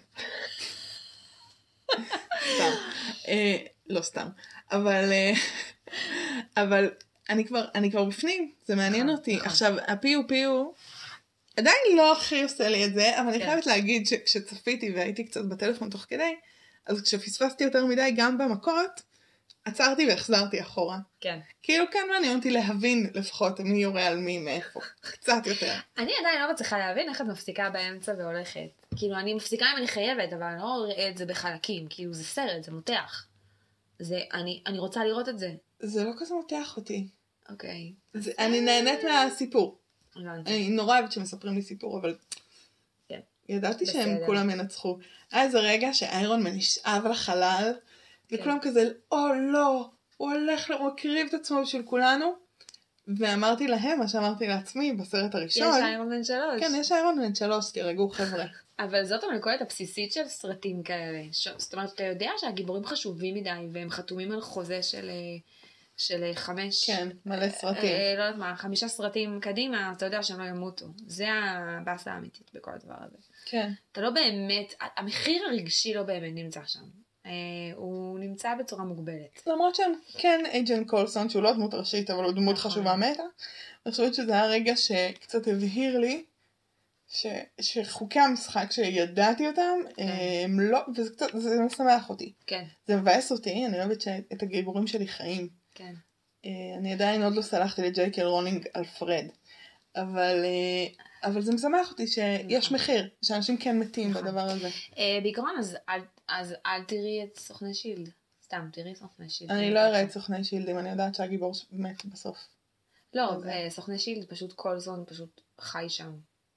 סתם. אה, לא סתם. אבל, אה, אבל אני כבר, אני כבר בפנים, זה מעניין אותי. עכשיו, הפיו פיו, עדיין לא הכי עושה לי את זה, אבל אני חייבת להגיד שכשצפיתי והייתי קצת בטלפון תוך כדי, אז כשפספסתי יותר מדי גם במכות, עצרתי והחזרתי אחורה. כן. כאילו כאן מעניין אותי להבין לפחות מי יורה על מי מאיפה. קצת יותר. אני עדיין לא מצליחה להבין איך את מפסיקה באמצע והולכת. כאילו אני מפסיקה אם אני חייבת, אבל אני לא רואה את זה בחלקים. כאילו זה סרט, זה מותח. זה, אני, אני רוצה לראות את זה. זה לא כזה מותח אותי. אוקיי. זה, אני נהנית מהסיפור. אני נורא אוהבת שמספרים לי סיפור, אבל... כן. ידעתי שהם כולם ינצחו. היה איזה רגע שאיירון מן נשאב לחלל, וכולם כזה, או לא, הוא הולך, הוא הקריב את עצמו בשביל כולנו, ואמרתי להם מה שאמרתי לעצמי בסרט הראשון. יש איירון מן שלוש. כן, יש איירון מן שלוש, תרגעו חבר'ה. אבל זאת המלכודת הבסיסית של סרטים כאלה. זאת אומרת, אתה יודע שהגיבורים חשובים מדי, והם חתומים על חוזה של, של חמש... כן, מלא סרטים. לא יודעת מה, חמישה סרטים קדימה, אתה יודע שהם לא ימותו. זה הבאסה האמיתית בכל הדבר הזה. כן. אתה לא באמת, המחיר הרגשי לא באמת נמצא שם. הוא נמצא בצורה מוגבלת. למרות שהם כן אייג'נט קולסון, שהוא לא דמות ראשית, אבל הוא דמות חשובה מתה. אני חושבת שזה היה רגע שקצת הבהיר לי, ש, שחוקי המשחק שידעתי אותם, הם לא, וזה קצת, זה משמח אותי. כן. זה מבאס אותי, אני אוהבת את הגיבורים שלי חיים. כן. אני עדיין עוד לא סלחתי לג'יי קיי רולינג על פרד. אבל, אבל זה משמח אותי שיש מחיר, שאנשים כן מתים בדבר הזה. בעיקרון, אז אל, אז אל תראי את סוכני שילד. סתם, תראי סוכני שילד. אני לא אראה את סוכני שילד, אם אני יודעת שהגיבור מת בסוף. לא, סוכני שילד פשוט קולסון פשוט חי שם.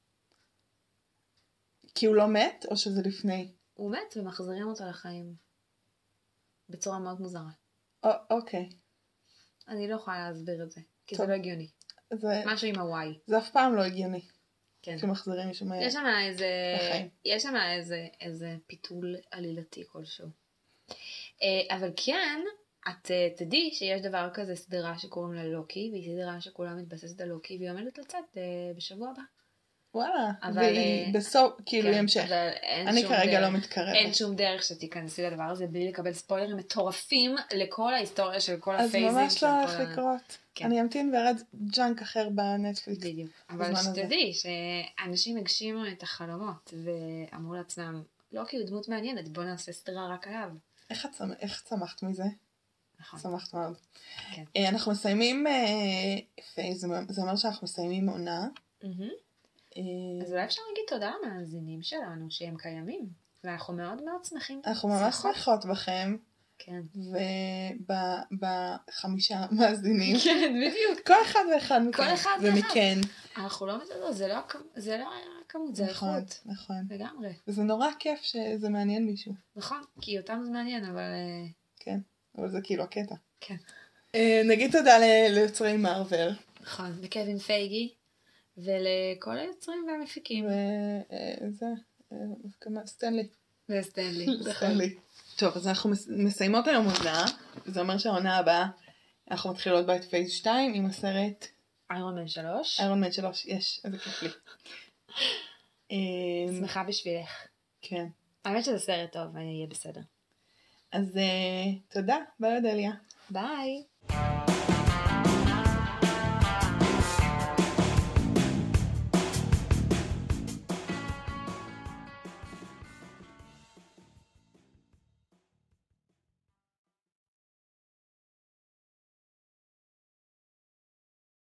כי הוא לא מת, או שזה לפני? הוא מת ומחזירים אותו לחיים. בצורה מאוד מוזרה. אוקיי. אני לא יכולה להסביר את זה, כי זה לא הגיוני. זה... משהו עם הוואי. זה אף פעם לא הגיוני. כן. שמחזירים מישהו מהר. יש שם איזה... יש שם איזה, איזה פיתול עלילתי כלשהו. אבל כן, את uh, תדעי שיש דבר כזה סדרה שקוראים לה לוקי, והיא סדרה שכולה מתבססת על לוקי, והיא עומדת לצאת uh, בשבוע הבא. וואלה, אבל, והיא uh, בסוף, כאילו כן, היא המשך. אני כרגע דרך, לא מתקרבת. אין שום דרך שתיכנסי לדבר הזה בלי לקבל ספוילרים מטורפים לכל ההיסטוריה של כל הפייזים. אז ממש לא הולך ה... לקרות. כן. אני אמתין וארד ג'אנק אחר בנטפליקס. בדיוק. אבל שתדעי שאנשים הגשימו את החלומות ואמרו לעצמם, לא כי הוא דמות מעניינת, בוא נעשה סדרה רק עליו. איך, צמ... איך צמחת מזה? נכון. צמחת מאוד. כן. אנחנו מסיימים פייז, זה אומר שאנחנו מסיימים עונה. אז אולי אפשר להגיד תודה למאזינים שלנו שהם קיימים, ואנחנו מאוד מאוד שמחים. אנחנו ממש שמחות בכם. כן. ובחמישה מאזינים. כן, בדיוק. כל אחד ואחד מכם. כל אחד ואחד. ומכן. אנחנו לא מתדעות, זה לא כמות, זה איכות. נכון. לגמרי. וזה נורא כיף שזה מעניין מישהו. נכון, כי אותם זה מעניין, אבל... כן, אבל זה כאילו הקטע. כן. נגיד תודה ליוצרי מארוול. נכון, לקווין פייגי, ולכל היוצרים והמפיקים. וזה, סטנלי. וסטנלי. סטנלי. טוב, אז אנחנו מסיימות היום עונה, זה אומר שהעונה הבאה, אנחנו מתחילות בה את פייז שתיים עם הסרט... איירון מן שלוש. איירון מן שלוש, יש, איזה כיף לי. שמחה בשבילך. כן. האמת שזה סרט טוב, יהיה בסדר. אז תודה, ביי אודליה. ביי.